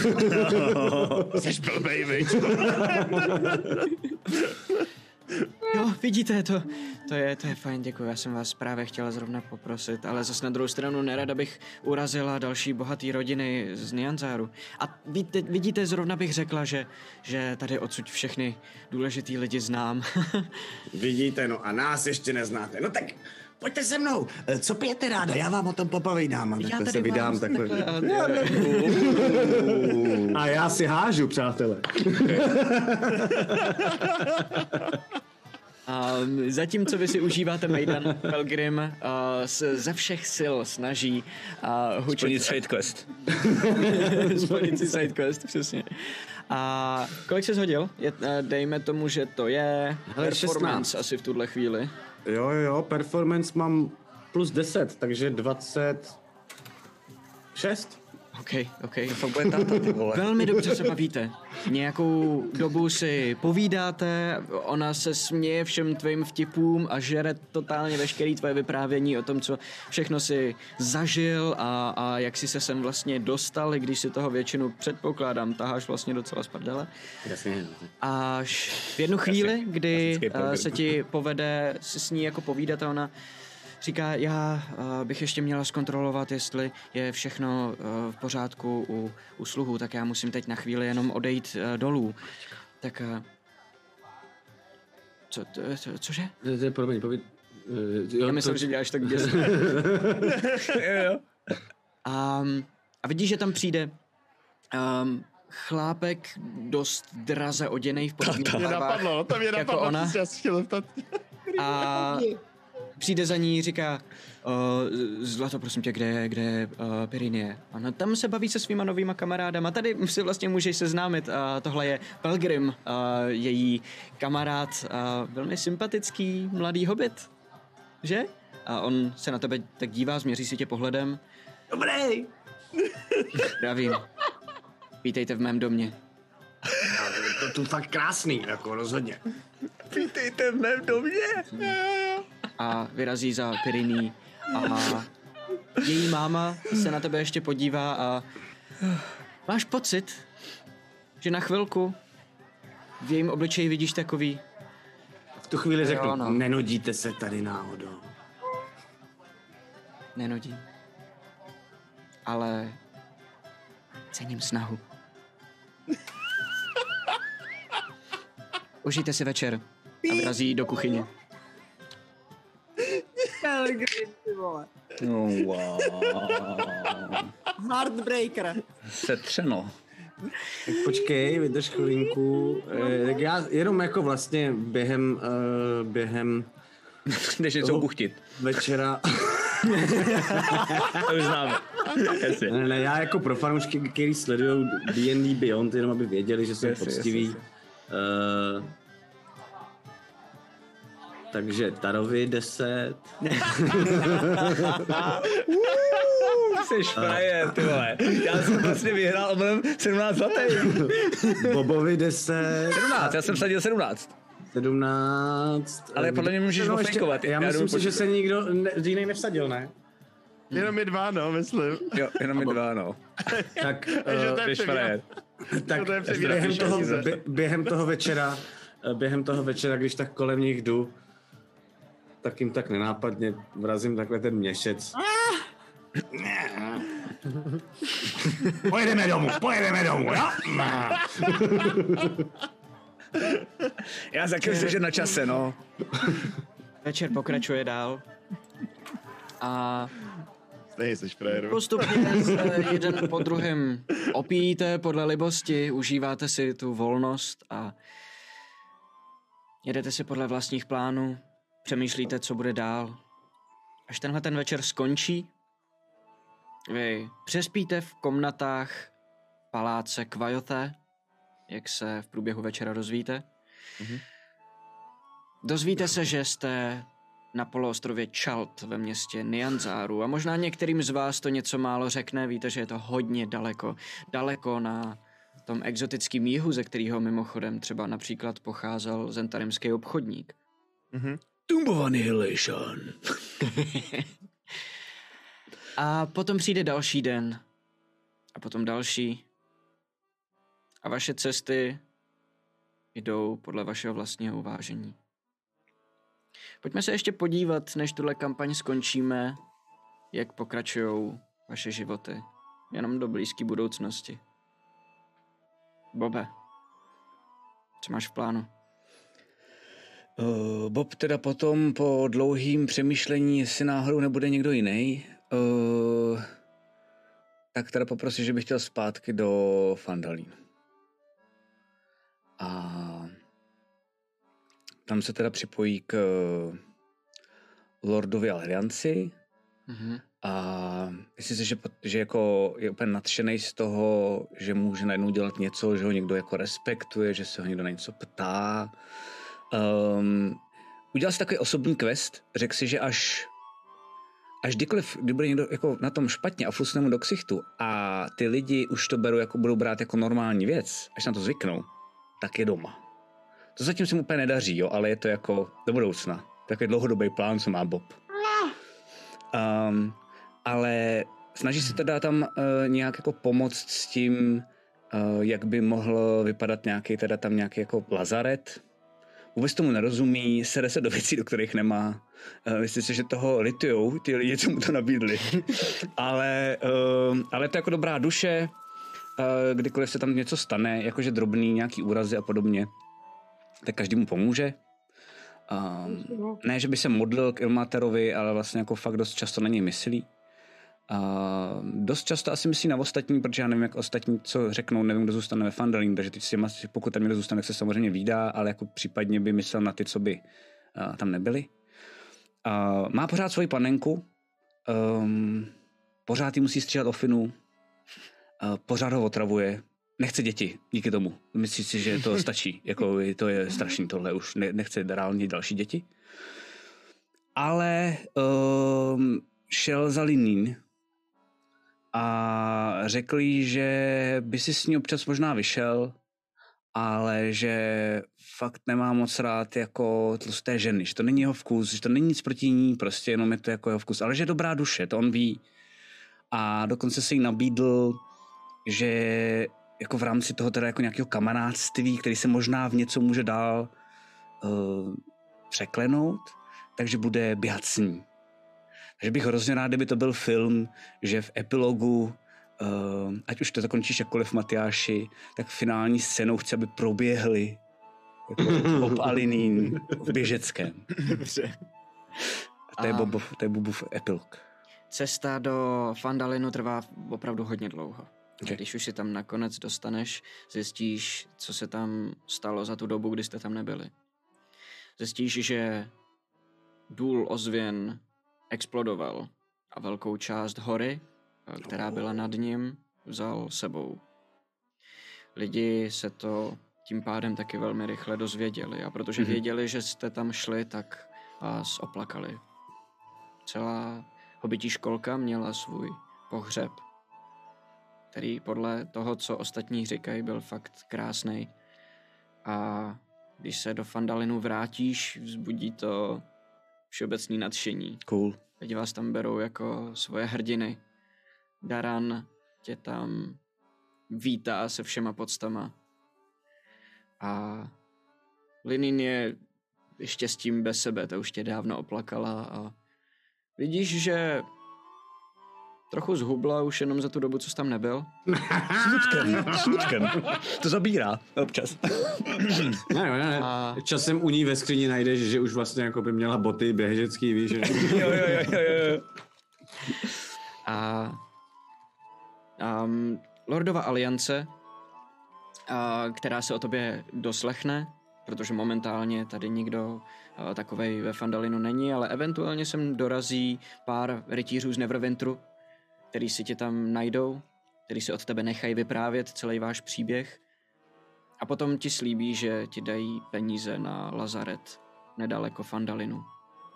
Jseš blbej, viď? Jo, vidíte, to, to, je, to je fajn, děkuji. Já jsem vás právě chtěla zrovna poprosit, ale zase na druhou stranu nerada bych urazila další bohatý rodiny z Nianzáru. A víte, vidíte, zrovna bych řekla, že, že tady odsud všechny důležitý lidi znám. Vidíte, no a nás ještě neznáte. No tak pojďte se mnou. Co pijete ráda? Já vám o tom popovídám. Já Takhle tady se vydám vás takhle. takhle- A já si hážu, přátelé. Um, zatímco vy si užíváte Mejdan, Pelgrim uh, se ze všech sil snaží uh, hučet... Splnit side quest. Splnit si sidequest, přesně. A kolik jsi hodil? Je, uh, dejme tomu, že to je Hele, performance šestnáct. asi v tuhle chvíli. Jo, jo, jo, performance mám plus deset, takže dvacet šest. OK, OK. To bude táta, ty vole. Velmi dobře se bavíte. Nějakou dobu si povídáte, ona se směje všem tvým vtipům a žere totálně veškerý tvoje vyprávění o tom, co všechno si zažil a, a jak si se sem vlastně dostal, i když si toho většinu předpokládám, taháš vlastně docela z prdele. Jasně. Až v jednu chvíli, kdy klasický uh, program. se ti povede si s ní jako povídat a ona říká, já uh, bych ještě měla zkontrolovat, jestli je všechno uh, v pořádku u, u sluhu, tak já musím teď na chvíli jenom odejít uh, dolů. Tak... Uh, co, to, co, cože? To je promiň, pověd... Jo, Já myslím, to... že děláš tak děsně. um, a vidíš, že tam přijde um, chlápek dost draze oděnej v podobných Mě barvách napadlo, no to mě jako napadlo, ona. přesně, já jsem chtěl zeptat. A přijde za ní, říká, uh, Zlato, prosím tě, kde je, kde je uh, Perinie? Ona tam se baví se svýma novýma kamarádama, tady si vlastně můžeš seznámit, uh, tohle je Pelgrim, uh, její kamarád, uh, velmi sympatický mladý hobbit, že? A on se na tebe tak dívá, změří si tě pohledem. Dobrý. Zdravím. Vítejte v mém domě. To tu fakt krásný, jako rozhodně. Vítejte v mém domě. A vyrazí za Periní a její máma se na tebe ještě podívá a máš pocit, že na chvilku v jejím obličeji vidíš takový, V tu chvíli řeknu, Jo, no. nenudíte se tady náhodou. nenudí, ale cením snahu. Užijte si večer a vyrazí do kuchyně. No, wow. Heartbreaker. Setřeno. Tak počkej, vydrž chvilinku. Eh, tak já jenom jako vlastně během, uh, během Jdeš něco buchtit. večera... To už známe. Jasně. Ne, ne, já jako pro fanoušky, kteří sledují D and D Beyond, jenom aby věděli, že jsou Jasně, poctiví. jasně, Uh, takže Tarovi deset. Jsi frajer, ty vole. Já jsem vlastně vyhrál omylem sedmnáct zlatých. Bobovi deset. sedmnáct, já jsem sadil sedmnáct. sedmnáct. Ale podle mě můžeš No, ještě- ofejkovat. Já Já myslím jdu si, že počítat. se nikdo ne, jiný nevsadil, ne? Jenom mi dva, no, myslím. Jo, jenom mi dva, no. Tak, Takže uh, to je Jsi frajer. tak to je přebírat během, ty toho, peníze. bě- během toho večera, eh, během toho večera, když tak kolem nich jdu, tak jim tak nenápadně vrazím takhle ten měšec. Pojedeme domů, pojedeme domů, jo? Já za chvíli že na čase, no. Večer pokračuje dál a Stejně jsi frajeru. postupně se jeden po druhém opíjíte podle libosti, užíváte si tu volnost a jedete si podle vlastních plánů, přemýšlíte, co bude dál. Až tenhle ten večer skončí, vy přespíte v komnatách paláce Kvajothe, jak se v průběhu večera dozvíte. Mm-hmm. Dozvíte se, že jste na poloostrově Chalt ve městě Nianzáru a možná některým z vás to něco málo řekne, víte, že je to hodně daleko, daleko na tom exotickém jihu, ze kterého mimochodem třeba například pocházel zentarimský obchodník. Mhm. Tomb of Annihilation. A potom přijde další den a potom další a vaše cesty jdou podle vašeho vlastního uvážení. Pojďme se ještě podívat, než tuhle kampaň skončíme, jak pokračují vaše životy. Jenom do blízké budoucnosti. Bobe, co máš v plánu? Uh, Bob teda potom po dlouhým přemýšlení, jestli náhodou nebude někdo jiný, uh, tak teda poprosím, že bych chtěl zpátky do Fandalín. A tam se teda připojí k Lordovi Alianci. Mhm. A myslím si, že, že jako je úplně nadšenej z toho, že může najednou dělat něco, že ho někdo jako respektuje, že se ho někdo na něco ptá. Um, udělal si takový osobní quest, řekl si, že až až kdykoliv, kdy bude někdo jako na tom špatně a flusne mu do ksichtu a ty lidi už to berou jako, budou brát jako normální věc, až na to zvyknou, tak je doma. To zatím se mu úplně nedaří, jo, ale je to jako do budoucna. Takový dlouhodobý plán, co má Bob. Um, ale snaží se teda tam uh, nějak jako pomoct s tím, uh, jak by mohl vypadat nějaký teda tam nějaký jako lazaret. Vůbec tomu nerozumí, sede se do věcí, do kterých nemá. Uh, myslím si, že toho litujou ty lidi, co mu to nabídli. ale, uh, ale to je jako dobrá duše, uh, kdykoliv se tam něco stane, jakože drobný nějaký úrazy a podobně, tak každý mu pomůže. Um, ne, že by se modlil k Ilmaterovi, ale vlastně jako fakt dost často na něj myslí. Uh, dost často asi myslí na ostatní, protože já nevím, jak ostatní co řeknou, nevím, kdo zůstane ve Fandalín, takže teď si pokud tam někdo zůstane, tak se samozřejmě vídá, ale jako případně by myslel na ty, co by uh, tam nebyli. Uh, má pořád svoji panenku, um, pořád jí musí stříhat ofinu, uh, pořád ho otravuje, nechce děti díky tomu. Myslí si, že to stačí. Jako to je strašný tohle. Už ne, nechce reálně další děti. Ale um, šel za Linín a řekl jí, že by si s ní občas možná vyšel, ale že fakt nemá moc rád jako tlusté ženy. Že to není jeho vkus, že to není nic proti ní, prostě jenom je to jako jeho vkus. Ale že je dobrá duše, to on ví. A dokonce se jí nabídl, že jako v rámci toho teda jako nějakého kamarádství, který se možná v něco může dál uh, překlenout, takže bude běhat s ní. Takže bych hrozně rád, kdyby to byl film, že v epilogu, uh, ať už to zakončíš jakkoliv, Matyáši, tak finální scénou chci, aby proběhly jako Bob a Linín v běžeckém. Dobře. A to je, Bobov, to je Bobův epilog. Cesta do Fandalinu trvá opravdu hodně dlouho. Okay. Když už si tam nakonec dostaneš, zjistíš, co se tam stalo za tu dobu, kdy jste tam nebyli. Zjistíš, že důl ozvěn explodoval a velkou část hory, která byla nad ním, vzal sebou. Lidi se to tím pádem taky velmi rychle dozvěděli a protože mm-hmm. věděli, že jste tam šli, tak vás oplakali. Celá hobití školka měla svůj pohřeb, který podle toho, co ostatní říkají, byl fakt krásný. A když se do Fandalinu vrátíš, vzbudí to všeobecný nadšení. Cool. Lidi vás tam berou jako svoje hrdiny. Daran tě tam vítá se všema poctama. A Linín je štěstím bez sebe, ta už tě dávno oplakala a vidíš, že trochu zhubla už jenom za tu dobu, co jsi tam nebyl. Smutkem, smutkem. To zabírá občas. Ne, ne, ne. A... Časem u ní ve skříni najdeš, že už vlastně jako by měla boty běžecký, víš. Že... jo, jo, jo, jo, jo. A um, Lordova aliance, a, která se o tobě doslechne, protože momentálně tady nikdo a, takovej ve Fandalinu není, ale eventuálně sem dorazí pár rytířů z Neverwinteru, který si tě tam najdou, který si od tebe nechají vyprávět celý váš příběh a potom ti slíbí, že ti dají peníze na lazaret nedaleko Fandalinu.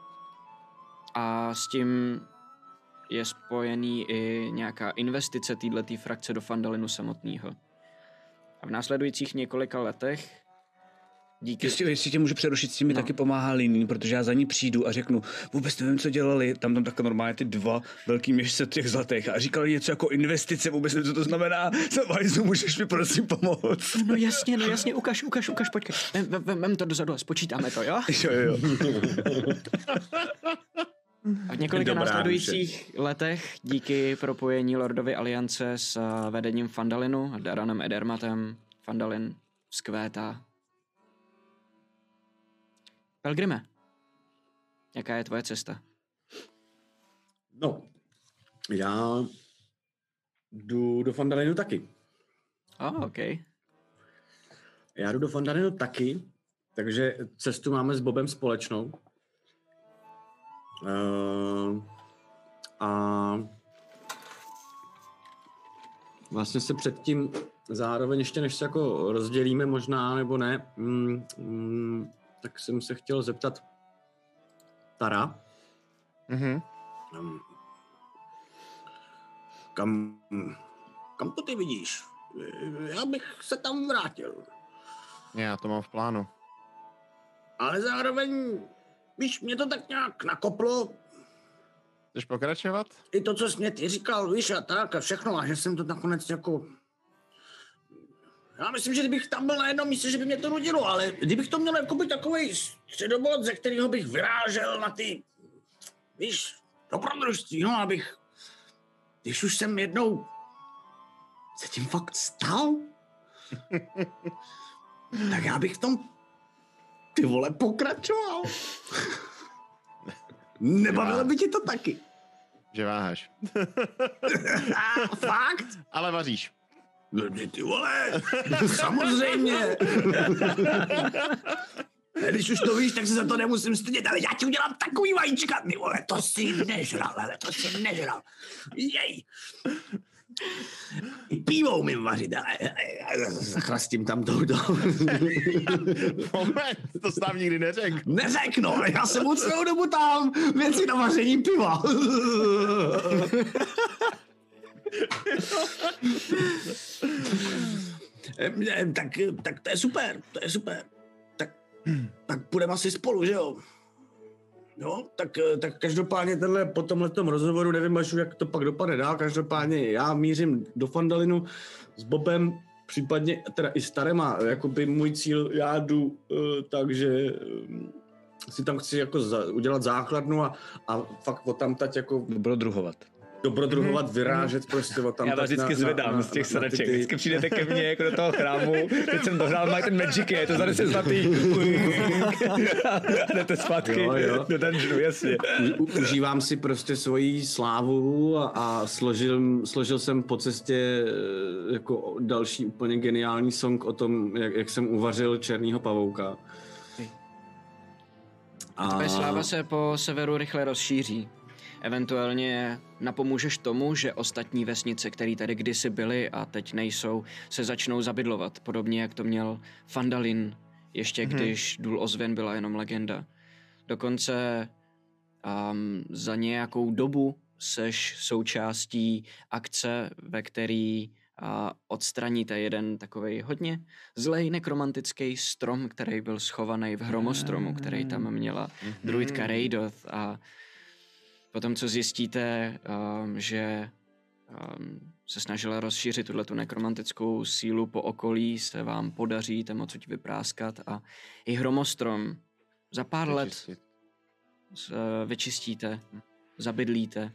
A s tím je spojený i nějaká investice této frakce do Fandalinu samotného. A v následujících několika letech díky... Jestli, jestli tě můžu přerušit, s tím mi No. taky pomáhá Líní, protože já za ní přijdu a řeknu, vůbec nevím, co dělali, tam tam tak normálně ty dva velký měšce těch zlatých a říkali něco jako investice, vůbec nevím, co to znamená, Vajzu, můžeš mi prosím pomoct? No jasně, no jasně, ukaž, ukaž, ukaž, počkej. Vem, vem, vem, vem to dozadu a spočítáme to, jo? Jo, jo. A v několika Dobrá, následujících letech díky propojení Lordovy aliance s uh, vedením Fandalinu a Daranem Edermatem Fandalin vzkvétá. Pelgrime, jaká je tvoje cesta? No, já jdu do Fandalinu taky. Oh, OK. Já jdu do Fandalinu taky, takže cestu máme s Bobem společnou. Uh, a vlastně se předtím zároveň ještě než se jako rozdělíme možná nebo ne, mm, mm, tak jsem se chtěl zeptat Tara, Mhm. um, kam, kam to ty vidíš? Já bych se tam vrátil. Já to mám v plánu. Ale zároveň, víš, mě to tak nějak nakoplo, Chceš pokračovat? i to, co jsi mě ty říkal, víš, a tak a všechno, a že jsem to nakonec jako... Já myslím, že kdybych tam byl na jednom místě, že by mě to nudilo, ale kdybych to měl jako by takovej středobod, ze kterého bych vyrážel na ty, víš, dobrodružství, no, abych, když už jsem jednou se tím fakt stal, tak já bych v tom ty vole pokračoval. Nebavilo by ti to taky. Že váháš. Fakt? Ale vaříš. No, ty vole, samozřejmě. Když už to víš, tak se za to nemusím stydět, ale já ti udělám takový vajíčka, ty vole, to si nežral, ale to si nežral. Jej. I pívou mi vařit, ale zachrastím tam touto. Moment, to jsi tam nikdy neřekl. Neřeknu, ale já jsem mu celou dobu tam věci na vaření piva. tak, tak to je super, to je super. Tak, tak půjdeme asi spolu, že jo? No, tak, tak každopádně tenhle, po tomhletom rozhovoru, nevím až jak to pak dopadne dál, každopádně já mířím do Fandalinu s Bobem, případně teda i s Tarema, jakoby můj cíl, já jdu, uh, takže um, si tam chci jako za, udělat základnu a, a fakt odtamtať jako Dobrodruhovat. dobrodruhovat, vyrážet prostě odtamtať. Já vás vždycky na- zvedám na- z těch na- na ty- sadaček. ty- Vždycky přijdete ke mně jako do toho chrámu. Teď jsem dohrál, mají ten magic, je to za deset zlatý. A jdete zpátky Jo, jo. do dungeonu, jasně. U, užívám si prostě svoji slávu a, a složil, složil jsem po cestě eh, jako další úplně geniální song o tom, jak, jak jsem uvařil černýho pavouka. A tvoje sláva se po severu rychle rozšíří. Eventuálně napomůžeš tomu, že ostatní vesnice, které tady kdysi byly a teď nejsou, se začnou zabydlovat. Podobně jak to měl Fandalin, ještě mm-hmm. když Důl ozvěn byla jenom legenda. Dokonce um, za nějakou dobu seš součástí akce, ve který a odstraníte jeden takovej hodně zlej nekromantický strom, který byl schovaný v hromostromu, který tam měla druidka Raidoth, a potom, co zjistíte, um, že um, se snažila rozšířit tuhletu nekromantickou sílu po okolí, se vám podaří tam odsud vypráskat a i hromostrom za pár let Vyčistit. z- vyčistíte, zabydlíte.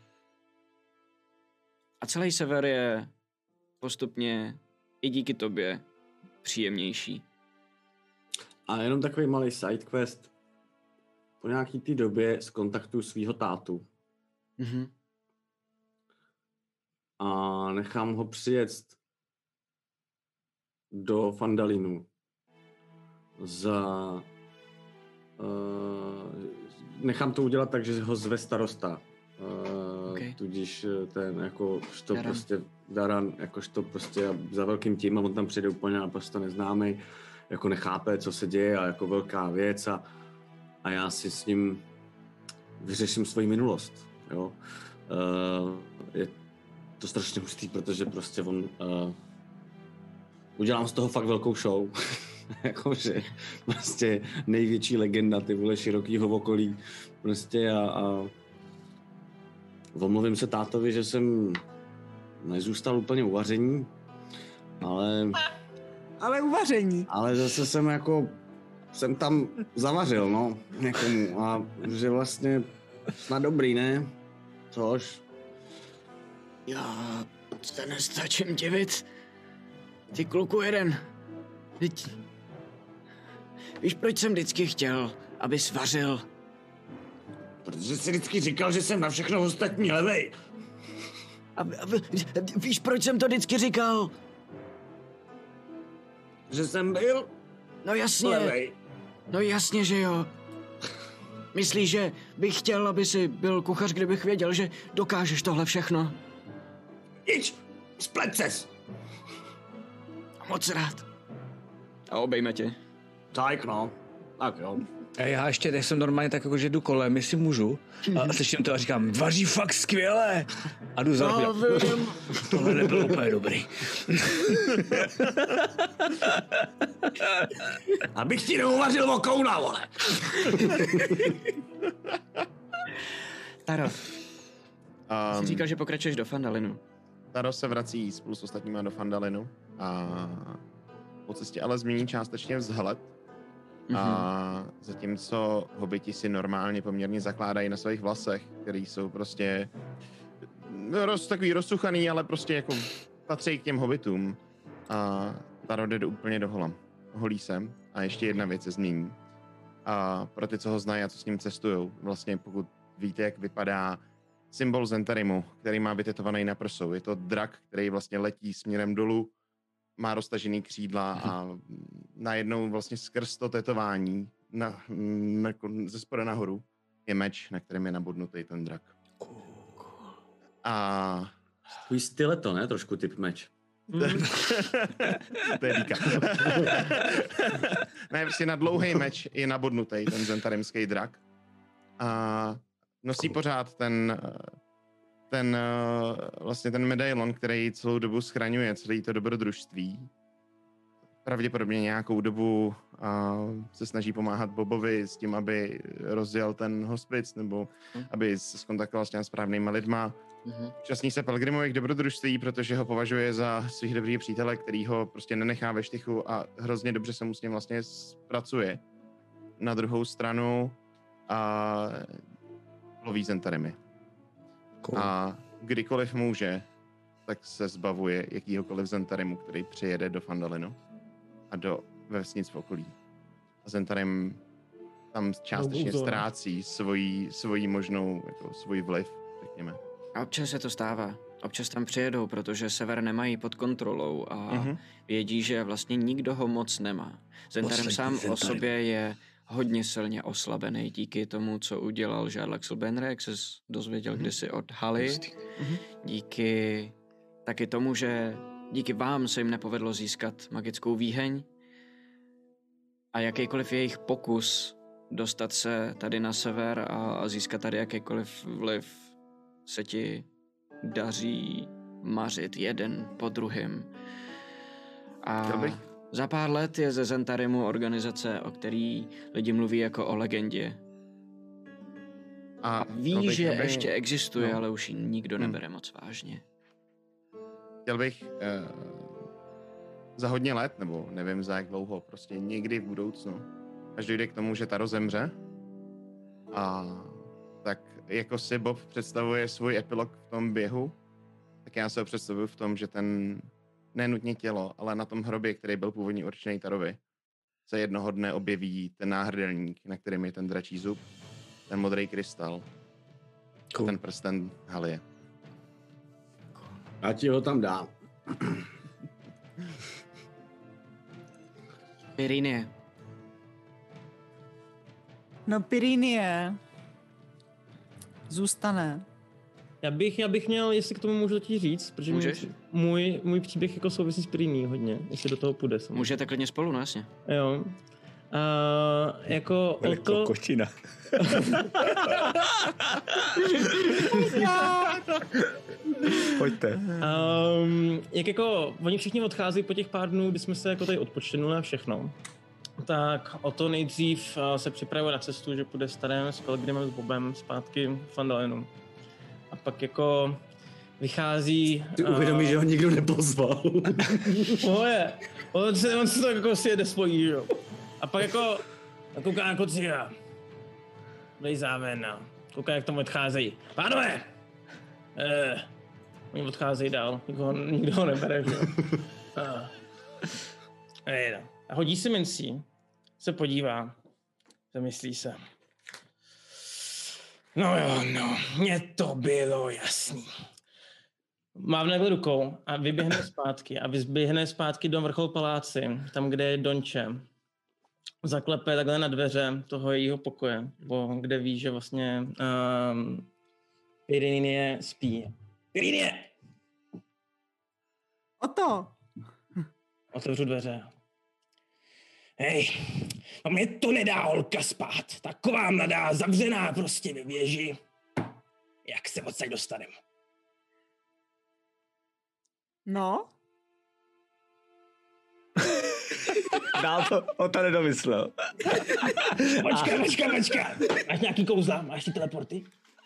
A celý sever je postupně i díky tobě příjemnější. A jenom takový malý sidequest. Po nějaký té době skontaktuju svýho tátu Mhm. a nechám ho přijet do Fandalinu za... Uh, nechám to udělat tak, že ho zve starosta. Uh, Okay. Tudíž ten jako to Daran. prostě Daran, jakož to prostě za velkým tím a on tam přijde úplně naprosto neznámý, jako nechápe, co se děje a jako velká věc a, a já si s ním vyřeším svoji minulost, jo. Uh, je to strašně hustý, protože prostě on uh, udělám z toho fakt velkou show Jakože prostě největší legenda, ty vole, širokýho okolí. Prostě a, a omluvím se tátovi, že jsem nezůstal úplně uvaření, ale... Ale uvaření. Ale zase jsem jako, jsem tam zavařil, no, někomu a že vlastně snad dobrý, ne? Což? Já se nestačím divit. Ty kluku jeden. Teď... Víš, proč jsem vždycky chtěl, abys vařil? Protože jsi vždycky říkal, že jsem na všechno ostatní levej. A, a, víš, proč jsem to vždycky říkal? Že jsem byl No jasně. levej. No jasně, že jo. Myslíš, že bych chtěl, aby si byl kuchař, kdybych věděl, že dokážeš tohle všechno? Ič, splet ses. Moc rád. A obejme tě. Tak no, tak jo. A já ještě, jak jsem normálně tak jako, že jdu kolem, jestli můžu. A slyším to a říkám, vaří fakt skvěle. A jdu za No, vím. tohle nebylo úplně dobrý. Abych ti neuvařil vokouna, vole. Taro, Um, jsi říkal, že pokračuješ do Fandalinu. Taro se vrací spolu s ostatníma do Fandalinu a po cestě ale změní částečně vzhled. Mm-hmm. A zatímco hobiti si normálně poměrně zakládají na svých vlasech, který jsou prostě roz, takový rozsuchaný, ale prostě jako patří k těm hobitům. A Taro jde do, úplně do hola. Holí se a ještě jedna věc se změní. A pro ty, co ho znají a co s ním cestujou, vlastně pokud víte, jak vypadá symbol Zentarimu, který má vytetovaný na prsou. Je to drak, který vlastně letí směrem dolů, má roztažený křídla a najednou vlastně skrz to tetování na, na, ze spoda nahoru je meč, na kterém je nabodnutý ten drak. A... Tvůj styleto, ne? Trošku typ meč. To je díka. Ne, prostě na dlouhý meč je nabodnutý ten zentarimský drak. A nosí pořád ten... ten vlastně ten medailon, který celou dobu schraňuje celé to dobrodružství. Pravděpodobně nějakou dobu a, se snaží pomáhat Bobovi s tím, aby rozjel ten hospic, nebo mm. aby se skontaktoval s těmi správnýma lidma. Mm-hmm. Časní se Pelgrimových dobrodružství, protože ho považuje za svých dobrých přítele, který ho prostě nenechá ve štychu a hrozně dobře se mu s ním vlastně pracuje. Na druhou stranu a loví Zentarimy. Cool. A kdykoliv může, tak se zbavuje jakýhokoliv Zentarimu, který přijede do Fandalinu a do vesnic v okolí. A Zentarim tam částečně ztrácí svoji, svoji možnou, jako svůj vliv, řekněme. A občas se to stává. Občas tam přijedou, protože sever nemají pod kontrolou a mm-hmm. vědí, že vlastně nikdo ho moc nemá. Zentarim sám Zentarim. o sobě je hodně silně oslabený díky tomu, co udělal Jarlaxle Benre, jak se dozvěděl mm-hmm. kdysi od Haly. Mm-hmm. Díky taky tomu, že díky vám se jim nepovedlo získat magickou výheň a jakýkoliv jejich pokus dostat se tady na sever a, a získat tady jakýkoliv vliv se ti daří mařit jeden po druhém. A za pár let je ze Zentarimu organizace, o který lidi mluví jako o legendě. A ví, že aby... ještě existuje, no. ale už ji nikdo hmm. nebere moc vážně. Chtěl bych uh, za hodně let, nebo nevím za jak dlouho, prostě někdy v budoucnu, až dojde k tomu, že Taro zemře, a tak jako si Bob představuje svůj epilog v tom běhu, tak já se ho představuju v tom, že ten nenutně tělo, ale na tom hrobě, který byl původně určený Tarovi, se jednoho dne objeví ten náhrdelník, na kterém je ten dračí zub, ten modrý krystal cool. a ten prsten Halie. A ti ho tam dám. Pyrinie. No Pyrinie zůstane. Já bych, já bych měl, jestli k tomu můžu ti říct, protože Můžeš? můj, můj příběh jako souvisí s Pyriní hodně, jestli do toho půjde. Samozřejmě. Můžete klidně spolu, no jasně. Jo. Uh, jako o to... kočina. Pojďte. Um, jak jako, oni všichni odchází po těch pár dnů, kdy jsme se jako tady odpočinuli a všechno. tak o to nejdřív uh, se připravuje na cestu, že půjde s Tadem, s Pelgrimem, s Bobem zpátky v Fandalenu. A pak jako vychází... Ty uvědomíš, uh, že ho nikdo nepozval. Moje, on se, on se to jako si jede spojí, jo. A pak jako kouká na Kocíra. Vlejzáme na... Kouká, jak tam odcházejí. Pánové! Eh, oni odcházejí dál, nikdo, nikdo ho nebere, že jo. A, a hodí si mincí, se podívá, zamyslí se. No jo, no, mně to bylo jasný. Mávne rukou a vyběhne zpátky a vyběhne zpátky do vrchol paláci, tam, kde je Donče. Zaklepe takhle na dveře toho jejího pokoje, kde ví, že vlastně um, Pyrinie spí. Pyrinie! O to! Otevřu dveře. Hej, no mě to nedá holka spát. Taková mladá, zavřená prostě ve věži. Jak se odsaď dostanem? No? Dál to, o to nedomyslel. Počka, počka, počka. Máš nějaký kouzla? Máš ty teleporty?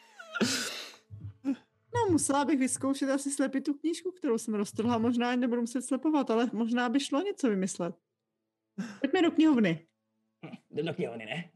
No, musela bych vyzkoušet asi slepit tu knížku, kterou jsem roztrhla. Možná ani nebudu muset slepovat, ale možná by šlo něco vymyslet. Pojďme do knihovny. Jdem do knihovny, ne?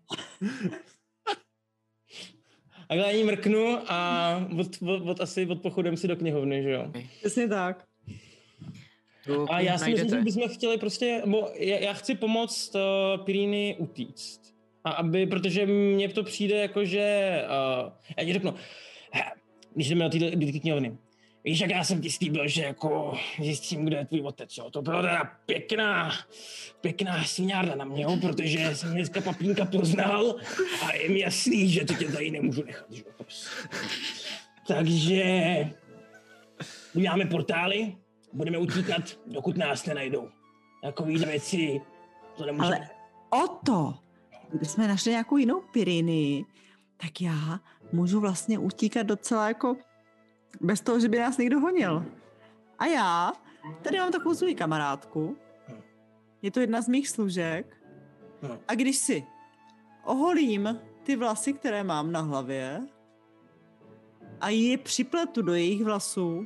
Takhle ani mrknu a od, od, od, asi od pochodem si do knihovny, že jo? Přesně tak. A já si myslím, že bychom chtěli prostě, bo já, já chci pomoct uh, Pyríny utíct. A aby, protože mně to přijde jako, že, uh, já ti řeknu, když jdeme do té knihovny, víš, jak já jsem ti slíbil, že jako zjistím, kde je tvůj otec, jo? To byla teda pěkná, pěkná sviňárna na mě, jo? Protože jsem dneska papínka poznal a je mi jasný, že to tě tady nemůžu nechat, že jo? Takže uděláme portály, budeme utíkat, dokud nás nenajdou. Takový věci, to nemůžeme. Ale o to, kdybychom našli nějakou jinou Pyrinii, tak já můžu vlastně utíkat docela jako bez toho, že by nás někdo honil. A já tady mám takovou svou kamarádku, je to jedna z mých služek, a když si oholím ty vlasy, které mám na hlavě a je připletu do jejich vlasů,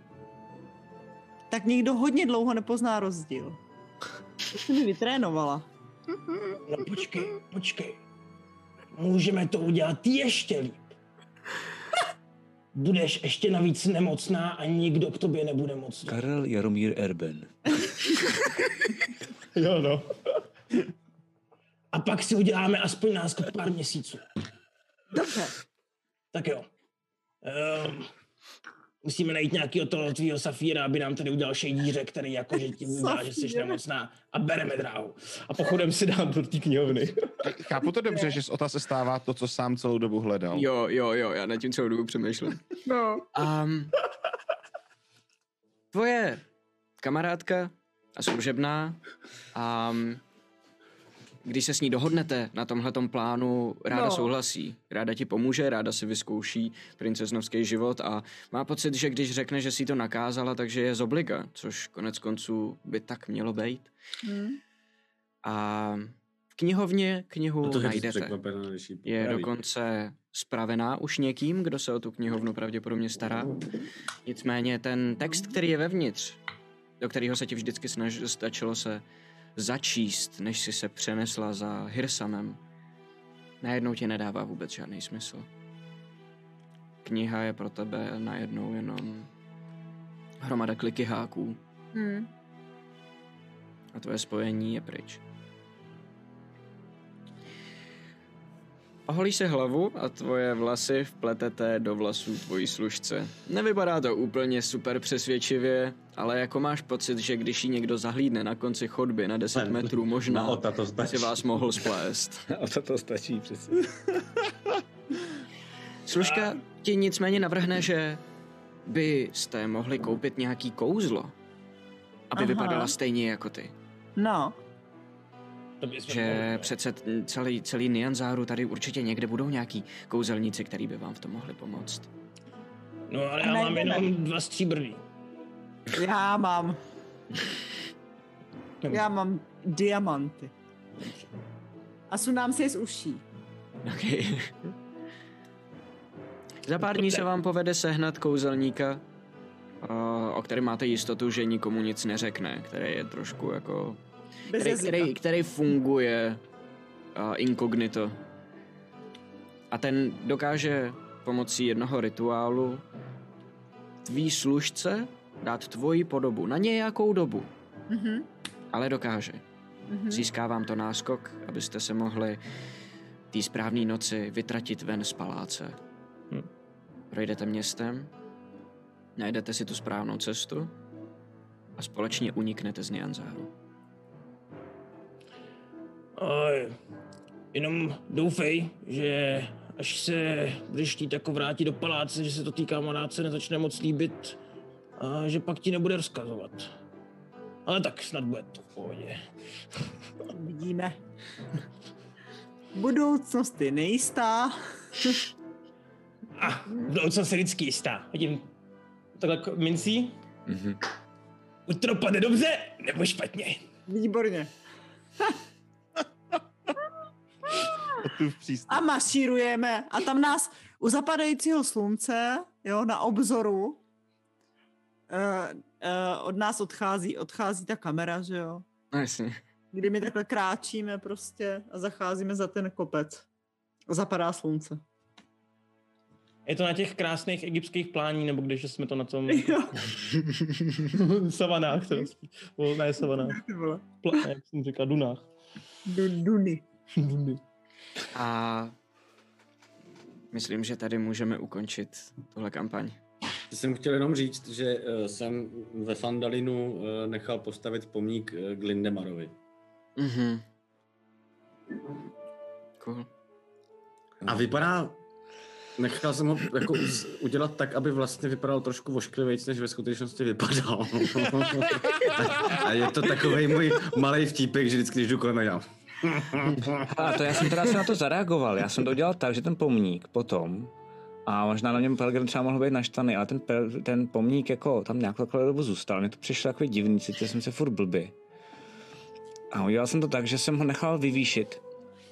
tak někdo hodně dlouho nepozná rozdíl. To jsi mi vytrénovala. No počkej, počkej. Můžeme to udělat ještě líp. Budeš ještě navíc nemocná a nikdo k tobě nebude moc. Karel Jaromír Erben. Jo, no. A pak si uděláme aspoň náskok pár měsíců. Dobře. Tak jo. Um, musíme najít nějakého toho tvýho Safíra, aby nám tady udělal šejdíře, který jakože ti vypadá, že jsi nemocná. A bereme dráhu. A pochodem si dám do té knihovny. Chápu to dobře, že z Ota se stává to, co sám celou dobu hledal. Jo, jo, jo, já nad tím celou dobu přemýšlím. No. Um, tvoje kamarádka a služebná, um, když se s ní dohodnete na tomhletom plánu, ráda no. souhlasí. Ráda ti pomůže, ráda si vyzkouší princeznovský život a má pocit, že když řekne, že si to nakázala, takže je z obliga, což konec konců by tak mělo být. Hmm. A v knihovně knihu no to najdete. Je, je dokonce spravená už někým, kdo se o tu knihovnu pravděpodobně stará. Nicméně ten text, který je vevnitř, do kterého se ti vždycky snaž, stačilo se začíst, než si se přenesla za Hirsamem, najednou ti nedává vůbec žádný smysl. Kniha je pro tebe najednou jenom hromada klikyháků. Hmm. A tvoje spojení je pryč. Oholíš si hlavu a tvoje vlasy vpletete do vlasů tvojí služce. Nevypadá to úplně super přesvědčivě, ale jako máš pocit, že když ji někdo zahlídne na konci chodby na deset metrů, možná no, to si vás mohl splést. O to to stačí přesně. Služka ti nicméně navrhne, že byste mohli koupit nějaký kouzlo, aby Aha. vypadala stejně jako ty. No. Že přece celý, celý Nyanzaru tady určitě někde budou nějaký kouzelníci, který by vám v tom mohli pomoct. No ale já mám jenom dva stříbrný. Já mám. Já mám diamanty. A sundám si je z uší. Okay. Za pár dní se vám povede sehnat kouzelníka, o kterém máte jistotu, že nikomu nic neřekne, který je trošku jako... Který, který, který funguje uh, inkognito. A ten dokáže pomocí jednoho rituálu tvý služce dát tvoji podobu na nějakou dobu. Mm-hmm. Ale dokáže. Mm-hmm. Získá vám to náskok, abyste se mohli té správné noci vytratit ven z paláce. Hm. Projdete městem, najdete si tu správnou cestu a společně uniknete z Nyanzaru. Oj, jenom doufej, že až se budeš chtít jako vrátit do paláce, že se to týká kamarád nezačne moc líbit a že pak ti nebude rozkazovat. Ale tak snad bude to v pohodě. Vidíme. Budoucnost je nejistá. A budoucnost je vždycky jistá. Vidím takhle mincí. Mm-hmm. Buď to dopadne dobře, nebo špatně. Výborně. A mašírujeme a tam nás u zapadajícího slunce, jo, na obzoru, uh, uh, od nás odchází, odchází ta kamera, že jo. No jasně. Kdy my takhle kráčíme prostě a zacházíme za ten kopec. A zapadá slunce. Je to na těch krásných egyptských plání, nebo když jsme to na tom savanách, to ne savanách. Pla, jak jsem říkal, dunách. Duny. Duny. A myslím, že tady můžeme ukončit tuhle kampaň. Jsem chtěl jenom říct, že uh, jsem ve Fandalinu uh, nechal postavit pomník uh, k Lindemarovi. Mhm. Cool. A vypadá... Nechal jsem ho jako udělat tak, aby vlastně vypadal trošku vošklivejc, než ve skutečnosti vypadal. A je to takovej můj malej vtípek, že vždycky, když jdu kolem, dělám. A to já jsem teda se na to zareagoval. Já jsem to udělal tak, že ten pomník potom, a možná na něm Pelgrim třeba mohl být naštvaný, ale ten, ten pomník jako tam nějakou takovou dobu zůstal. Mně to přišlo takový divný, cítil jsem se furt blbě. A udělal jsem to tak, že jsem ho nechal vyvýšit.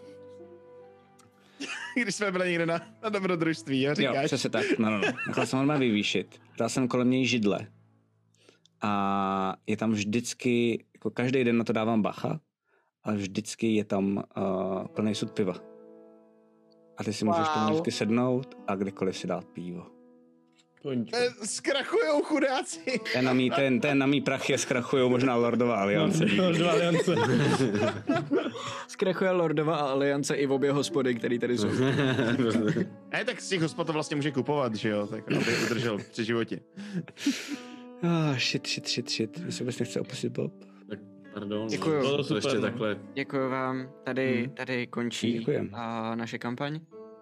Když jsme byli někde na, na dobrodružství, jo, říkáš? Jo, přesně tak, no, no, no. Nechal jsem ho normálně vyvýšit. Dal jsem kolem něj židle. A je tam vždycky, jako každý den na to dávám bacha, ale vždycky je tam uh, plný sud piva. A ty si wow. můžeš tam vždycky sednout a kdekoliv si dát pivo. Zkrachujou chudáci. Ten na mý, ten, ten na mý prachy zkrachujou možná Lordová aliance. Lordová aliance. Zkrachuje Lordová aliance i v obě hospody, které tady jsou. A tak z těch hospod to vlastně může kupovat, že jo? Tak aby udržel při životě. Oh, shit, shit, shit, shit. Vy se vůbec nechce opustit, Bob. Tak pardon. Děkuju. To, to ještě takhle. Děkuju vám. Tady, hmm. tady končí a naše kampaň.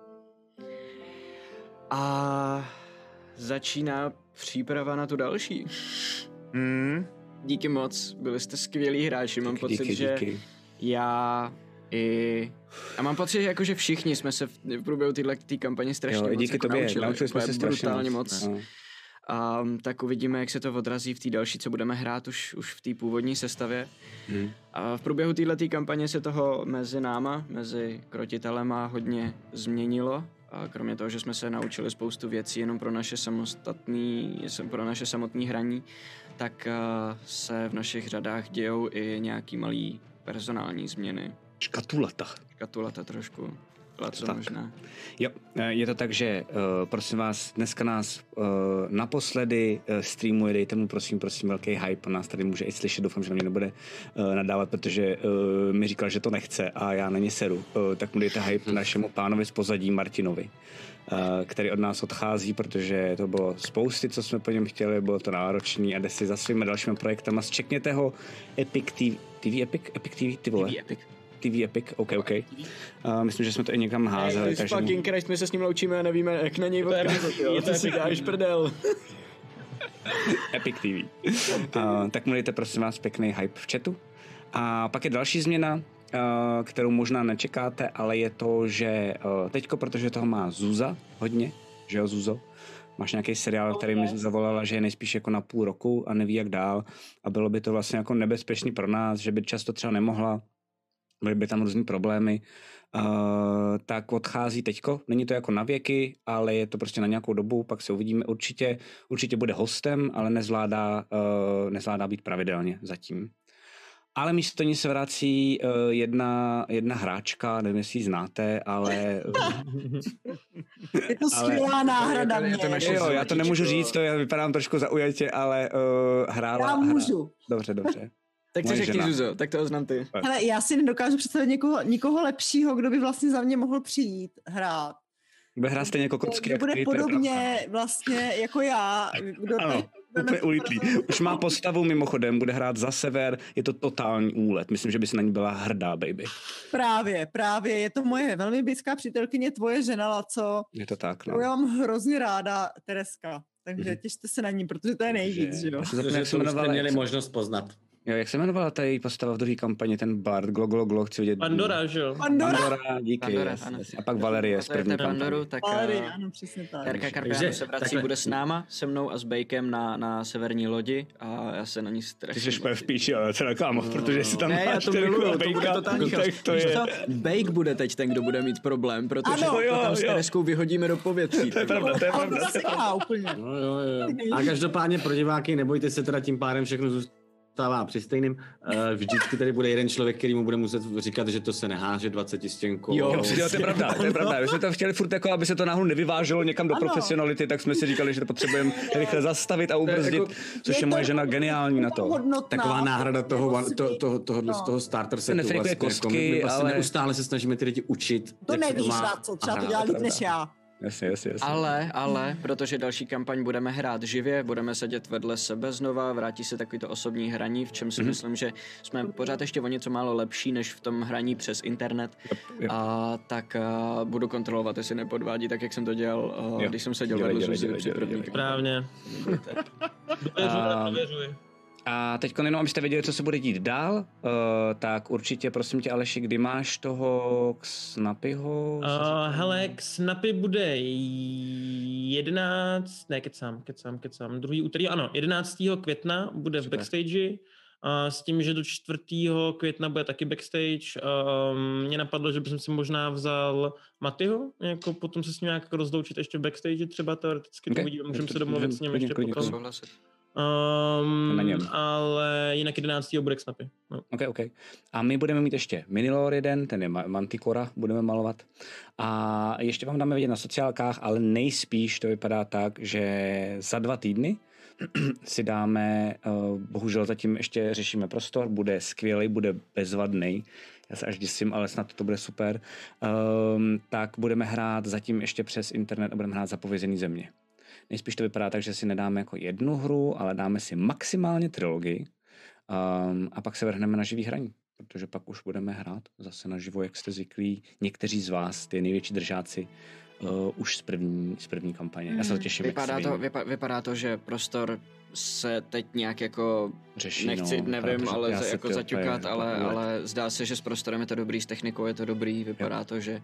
A začíná příprava na tu další. Mm. Díky moc, byli jste skvělí hráči, mám díky, pocit, díky, že díky. já i... A mám pocit, že jakože všichni jsme se v, v průběhu téhle tý kampaně strašně jo, moc díky jako tobě, naučili. naučili jsme se strašně brutálně moc. moc. A tak uvidíme, jak se to odrazí v té další, co budeme hrát už, už v té původní sestavě. Hmm. A v průběhu této kampaně se toho mezi náma, mezi krotitelema hodně změnilo. A kromě toho, že jsme se naučili spoustu věcí jenom pro naše samostatný, pro naše samotné hraní, tak uh, se v našich řadách dějou i nějaký malý personální změny. Škatulata. Škatulata trošku. Co možná. Jo, je to tak, že uh, prosím vás, dneska nás uh, naposledy uh, streamuje, dejte mu prosím, prosím velký hype, nás tady může i slyšet, doufám, že na mě nebude uh, nadávat, protože uh, mi říkal, že to nechce a já na ně seru, uh, tak mu dejte hype našemu pánovi z pozadí Martinovi, uh, který od nás odchází, protože to bylo spousty, co jsme po něm chtěli, bylo to náročný a jde si za svými dalšími projektama, zčekněte ho Epic T V, T V Epic? Epic T V, ty vole. T V Epic. T V Epic, ok, ok. Uh, myslím, že jsme to i někam házeli. Hey, takže fucking Christ, my se s ním loučíme a nevíme, jak na něj odkázat, jo. To si dáš prdel. Epic T V. Uh, tak mu dejte prosím vás pěkný hype v chatu. A pak je další změna, uh, kterou možná nečekáte, ale je to, že uh, teďko, protože toho má Zuza hodně, že jo, Zuzo? Máš nějaký seriál, který mi zavolala, že je nejspíš jako na půl roku a neví jak dál. A bylo by to vlastně jako nebezpečný pro nás, že by často třeba nemohla byly by tam různý problémy, uh, tak odchází teďko. Není to jako na věky, ale je to prostě na nějakou dobu, pak se uvidíme. Určitě, určitě bude hostem, ale nezvládá, uh, nezvládá být pravidelně zatím. Ale místo ní se vrací uh, jedna, jedna hráčka, nevím, jestli ji znáte, ale... Je to skvělá náhrada mě. Jo, já to nemůžu říct, to já vypadám trošku zaujatě, ale uh, hrála... Já můžu. Hra... Dobře, dobře. Tak to řekni, Zuzo, tak to oznam ty. Hele, já si nedokážu představit někoho, nikoho lepšího, kdo by vlastně za mě mohl přijít hrát. Bude hrát stejně jako kocky, jak bude ty, to je podobně vlastně jako já. Kdo ano, úplně ulitlý. Už má postavu mimochodem, bude hrát za sever, je to totální úlet. Myslím, že by se na ní byla hrdá, baby. Právě, právě. Je to moje velmi blízká přítelkyně, tvoje žena, Laco. Je to tak, no. Já mám hrozně ráda Tereska, takže mm-hmm. těšte se na ní, protože to je nejvíc, že jo. Protože to už jste měli možnost poznat. Jo, jak se jmenovala ta její postava v druhé kampani, ten Bard, glo, glo, glo, chci vidět. Pandora, že jo? Pandora. Pandora, díky. Pandora, Yes, ano. yes. A pak Valerie z první Pandoru, tak Valerie, ano, přesně tak. Jarka Karpiánu se vrací, takhle. bude s náma, se mnou a s Bejkem na, na severní lodi a já se na ní Ty strašně... jsi úplně v píči, ale teda kámo, protože si tam Ne, já máš to Terku miluju, a to bude Bejka, totální tak chaos. to Víš je... co, Bejk bude teď ten, kdo bude mít problém, protože Ano. to Jo, tam s jo. Tereskou vyhodíme do povětří. To je pravda, to je Ale pravda. to se úplně. No, jo, jo. A každopádně pro diváky, nebojte se, teda tím pádem všechno zůstává při stejným. Uh, vždycky tady bude jeden člověk, který mu bude muset říkat, že to se neháže dvacetistěnkou. Jo. Jo, jo, to je pravda, to je pravda. My jsme tam chtěli furt jako, aby se to náhodou nevyváželo někam do Ano. profesionality, tak jsme si říkali, že to potřebujeme rychle zastavit a ubrzdit, jako- což je Je moje to- žena geniální na to. Hodnotná. Taková náhrada toho, Jako to, svý- to, tohohle, no. z toho starter setu. nefejkuje Vlastně, kostky, jako my, my vlastně ale- neustále se snažíme ty lidi učit. To jak se nevíš, má na co, třeba to hrát. dělá líp pravda. než já. Jasně, jasně, jasně. Ale, ale, protože další kampaň budeme hrát živě, budeme sedět vedle sebe znova, vrátí se takovýto osobní hraní, v čem si mm-hmm. myslím, že jsme pořád ještě o něco málo lepší, než v tom hraní přes internet. Yep, yep. A tak a, budu kontrolovat, jestli nepodvádí, tak jak jsem to dělal, a, Jo. když jsem seděl Dělej, vedle dělej, Zuzi dělej, při dělej, první dělej. Správně. Dověřuji, A- neprověřuji. A teď jenom, abyste věděli, co se bude dít dál, uh, tak určitě, prosím tě, Aleši, kdy máš toho Snapyho? Uh, hele, k Snapy bude jedenáct, ne, kecám, kecám, kecám, druhý úterý, ano, jedenáctého května bude v backstage, uh, s tím, že do čtvrtého května bude taky backstage. Uh, mě napadlo, že bych si možná vzal Matyho, jako potom se s ním nějak rozloučit ještě v backstage, třeba teoreticky, Okay. to uvidíme, můžeme To- se domluvit s ním klidně, ještě klidně, potom. Souhlasit. Um, Na něm. ale jinak jedenáctého bude k Snapy. No. OK, OK. A my budeme mít ještě Minilor jeden, ten je Ma- Manticora, budeme malovat. A ještě vám dáme vidět na sociálkách, ale nejspíš to vypadá tak, že za dva týdny si dáme, uh, bohužel zatím ještě řešíme prostor, bude skvělý, bude bezvadný. Já se až děsím, ale snad to bude super. Um, tak budeme hrát zatím ještě přes internet a budeme hrát Zapovězený země. Nejspíš to vypadá tak, že si nedáme jako jednu hru, ale dáme si maximálně trilogii um, a pak se vrhneme na živý hraní, protože pak už budeme hrát zase naživo, jak jste zvyklí. Někteří z vás, ty největší držáci, uh, už z první, z první kampaně. Já se to těším, Vypadá jak to, svým vypa, vypadá to, že prostor se teď nějak jako, řeší. nechci, no, nevím, protože ale já za, si jako to zaťukat, úplně ale, jako ale zdá se, že s prostorem je to dobrý, s technikou je to dobrý, vypadá to, že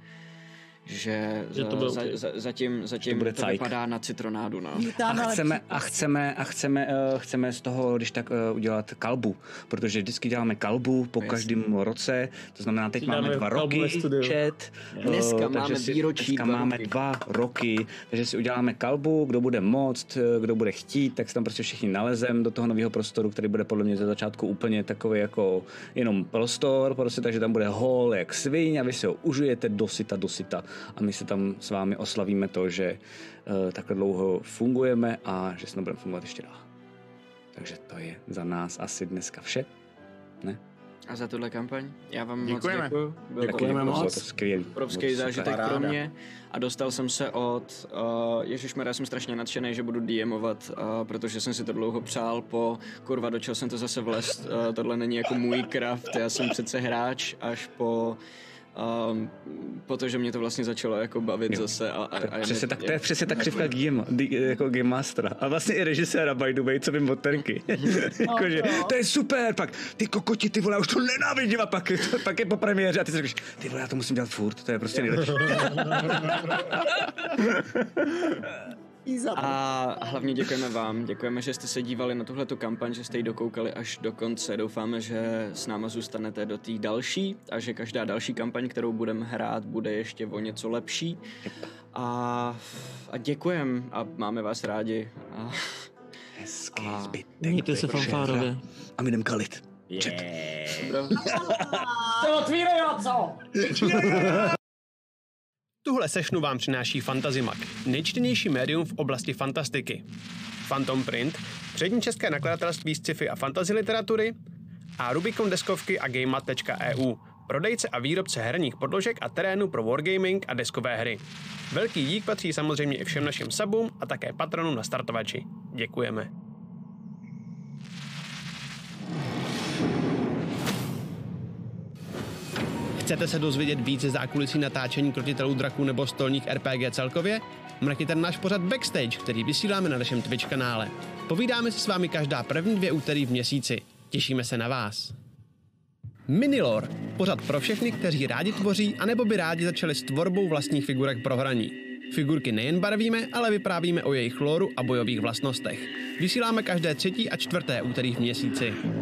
že, Že to za, bude za, okay. za, zatím, zatím bude to, to cajk. vypadá na citronádu, no. A Vítáme chceme, lepší a chceme, a chceme, uh, chceme z toho, když tak uh, udělat kalbu, protože vždycky děláme kalbu po Jasně. každém roce, to znamená, teď Dáme máme dva kalbu ve roky, studiu. chat, Dneska uh, máme takže si, výročí dneska dva máme roky. dva roky, takže si uděláme kalbu, kdo bude moct, eh, kdo bude chtít, tak se tam prostě všichni nalezem do toho nového prostoru, který bude podle mě ze začátku úplně takový jako jenom prostor, prostě, takže tam bude hall jak sviň a vy si ho užijete dosyta, dosyta a my se tam s vámi oslavíme to, že uh, takhle dlouho fungujeme a že se budeme fungovat ještě dál. Takže to je za nás asi dneska vše. Ne? A za tuhle kampaň? Já vám Děkujeme. moc děkuju. Byl to Děkujeme Bylo moc. to skvělý. obrovský Bylo to zážitek super. pro mě a dostal jsem se od, uh, ježišmarja, jsem strašně nadšený, že budu DMovat, uh, protože jsem si to dlouho přál po, kurva, dočel jsem to zase vlez, uh, tohle není jako můj craft, já jsem přece hráč až po Um, protože mě to vlastně začalo jako bavit Jo. zase. A, a, a je Přesně mi- tak, to je přesně tak křivka game, di- jako game mastera. A vlastně i režiséra, by the way, co vím od Terky. Jakože, no. to je super, pak ty kokoti, ty vole, já už to nenávidím a pak, pak je po premiéře a ty si řekneš, ty vole, já to musím dělat furt, to je prostě nejlepší. A hlavně děkujeme vám, děkujeme, že jste se dívali na tuhletu kampaň, že jste ji dokoukali až do konce. Doufáme, že s náma zůstanete do té další a že každá další kampaň, kterou budeme hrát, bude ještě o něco lepší. A, a děkujem a máme vás rádi. A, Hezký a, zbytek. Mějte se večera. fanfárově. A my jdem kalit. Dobro. Tuhle sešnu vám přináší Fantazimak, nejčtenější médium v oblasti fantastiky. Phantom Print, přední české nakladatelství sci-fi a fantasy literatury a Rubicon deskovky a gamemat tečka e u, prodejce a výrobce herních podložek a terénu pro wargaming a deskové hry. Velký dík patří samozřejmě i všem našim subům a také patronům na startovači. Děkujeme. Chcete se dozvědět více zákulisí natáčení Krotitelů draků nebo stolních er pé gé celkově? Mrkněte náš pořad Backstage, který vysíláme na našem Twitch kanále. Povídáme si s vámi každá první dvě úterý v měsíci. Těšíme se na vás. Minilore, pořad pro všechny, kteří rádi tvoří, anebo by rádi začali s tvorbou vlastních figurek pro hraní. Figurky nejen barvíme, ale vyprávíme o jejich lóru a bojových vlastnostech. Vysíláme každé třetí a čtvrté úterý v měsíci.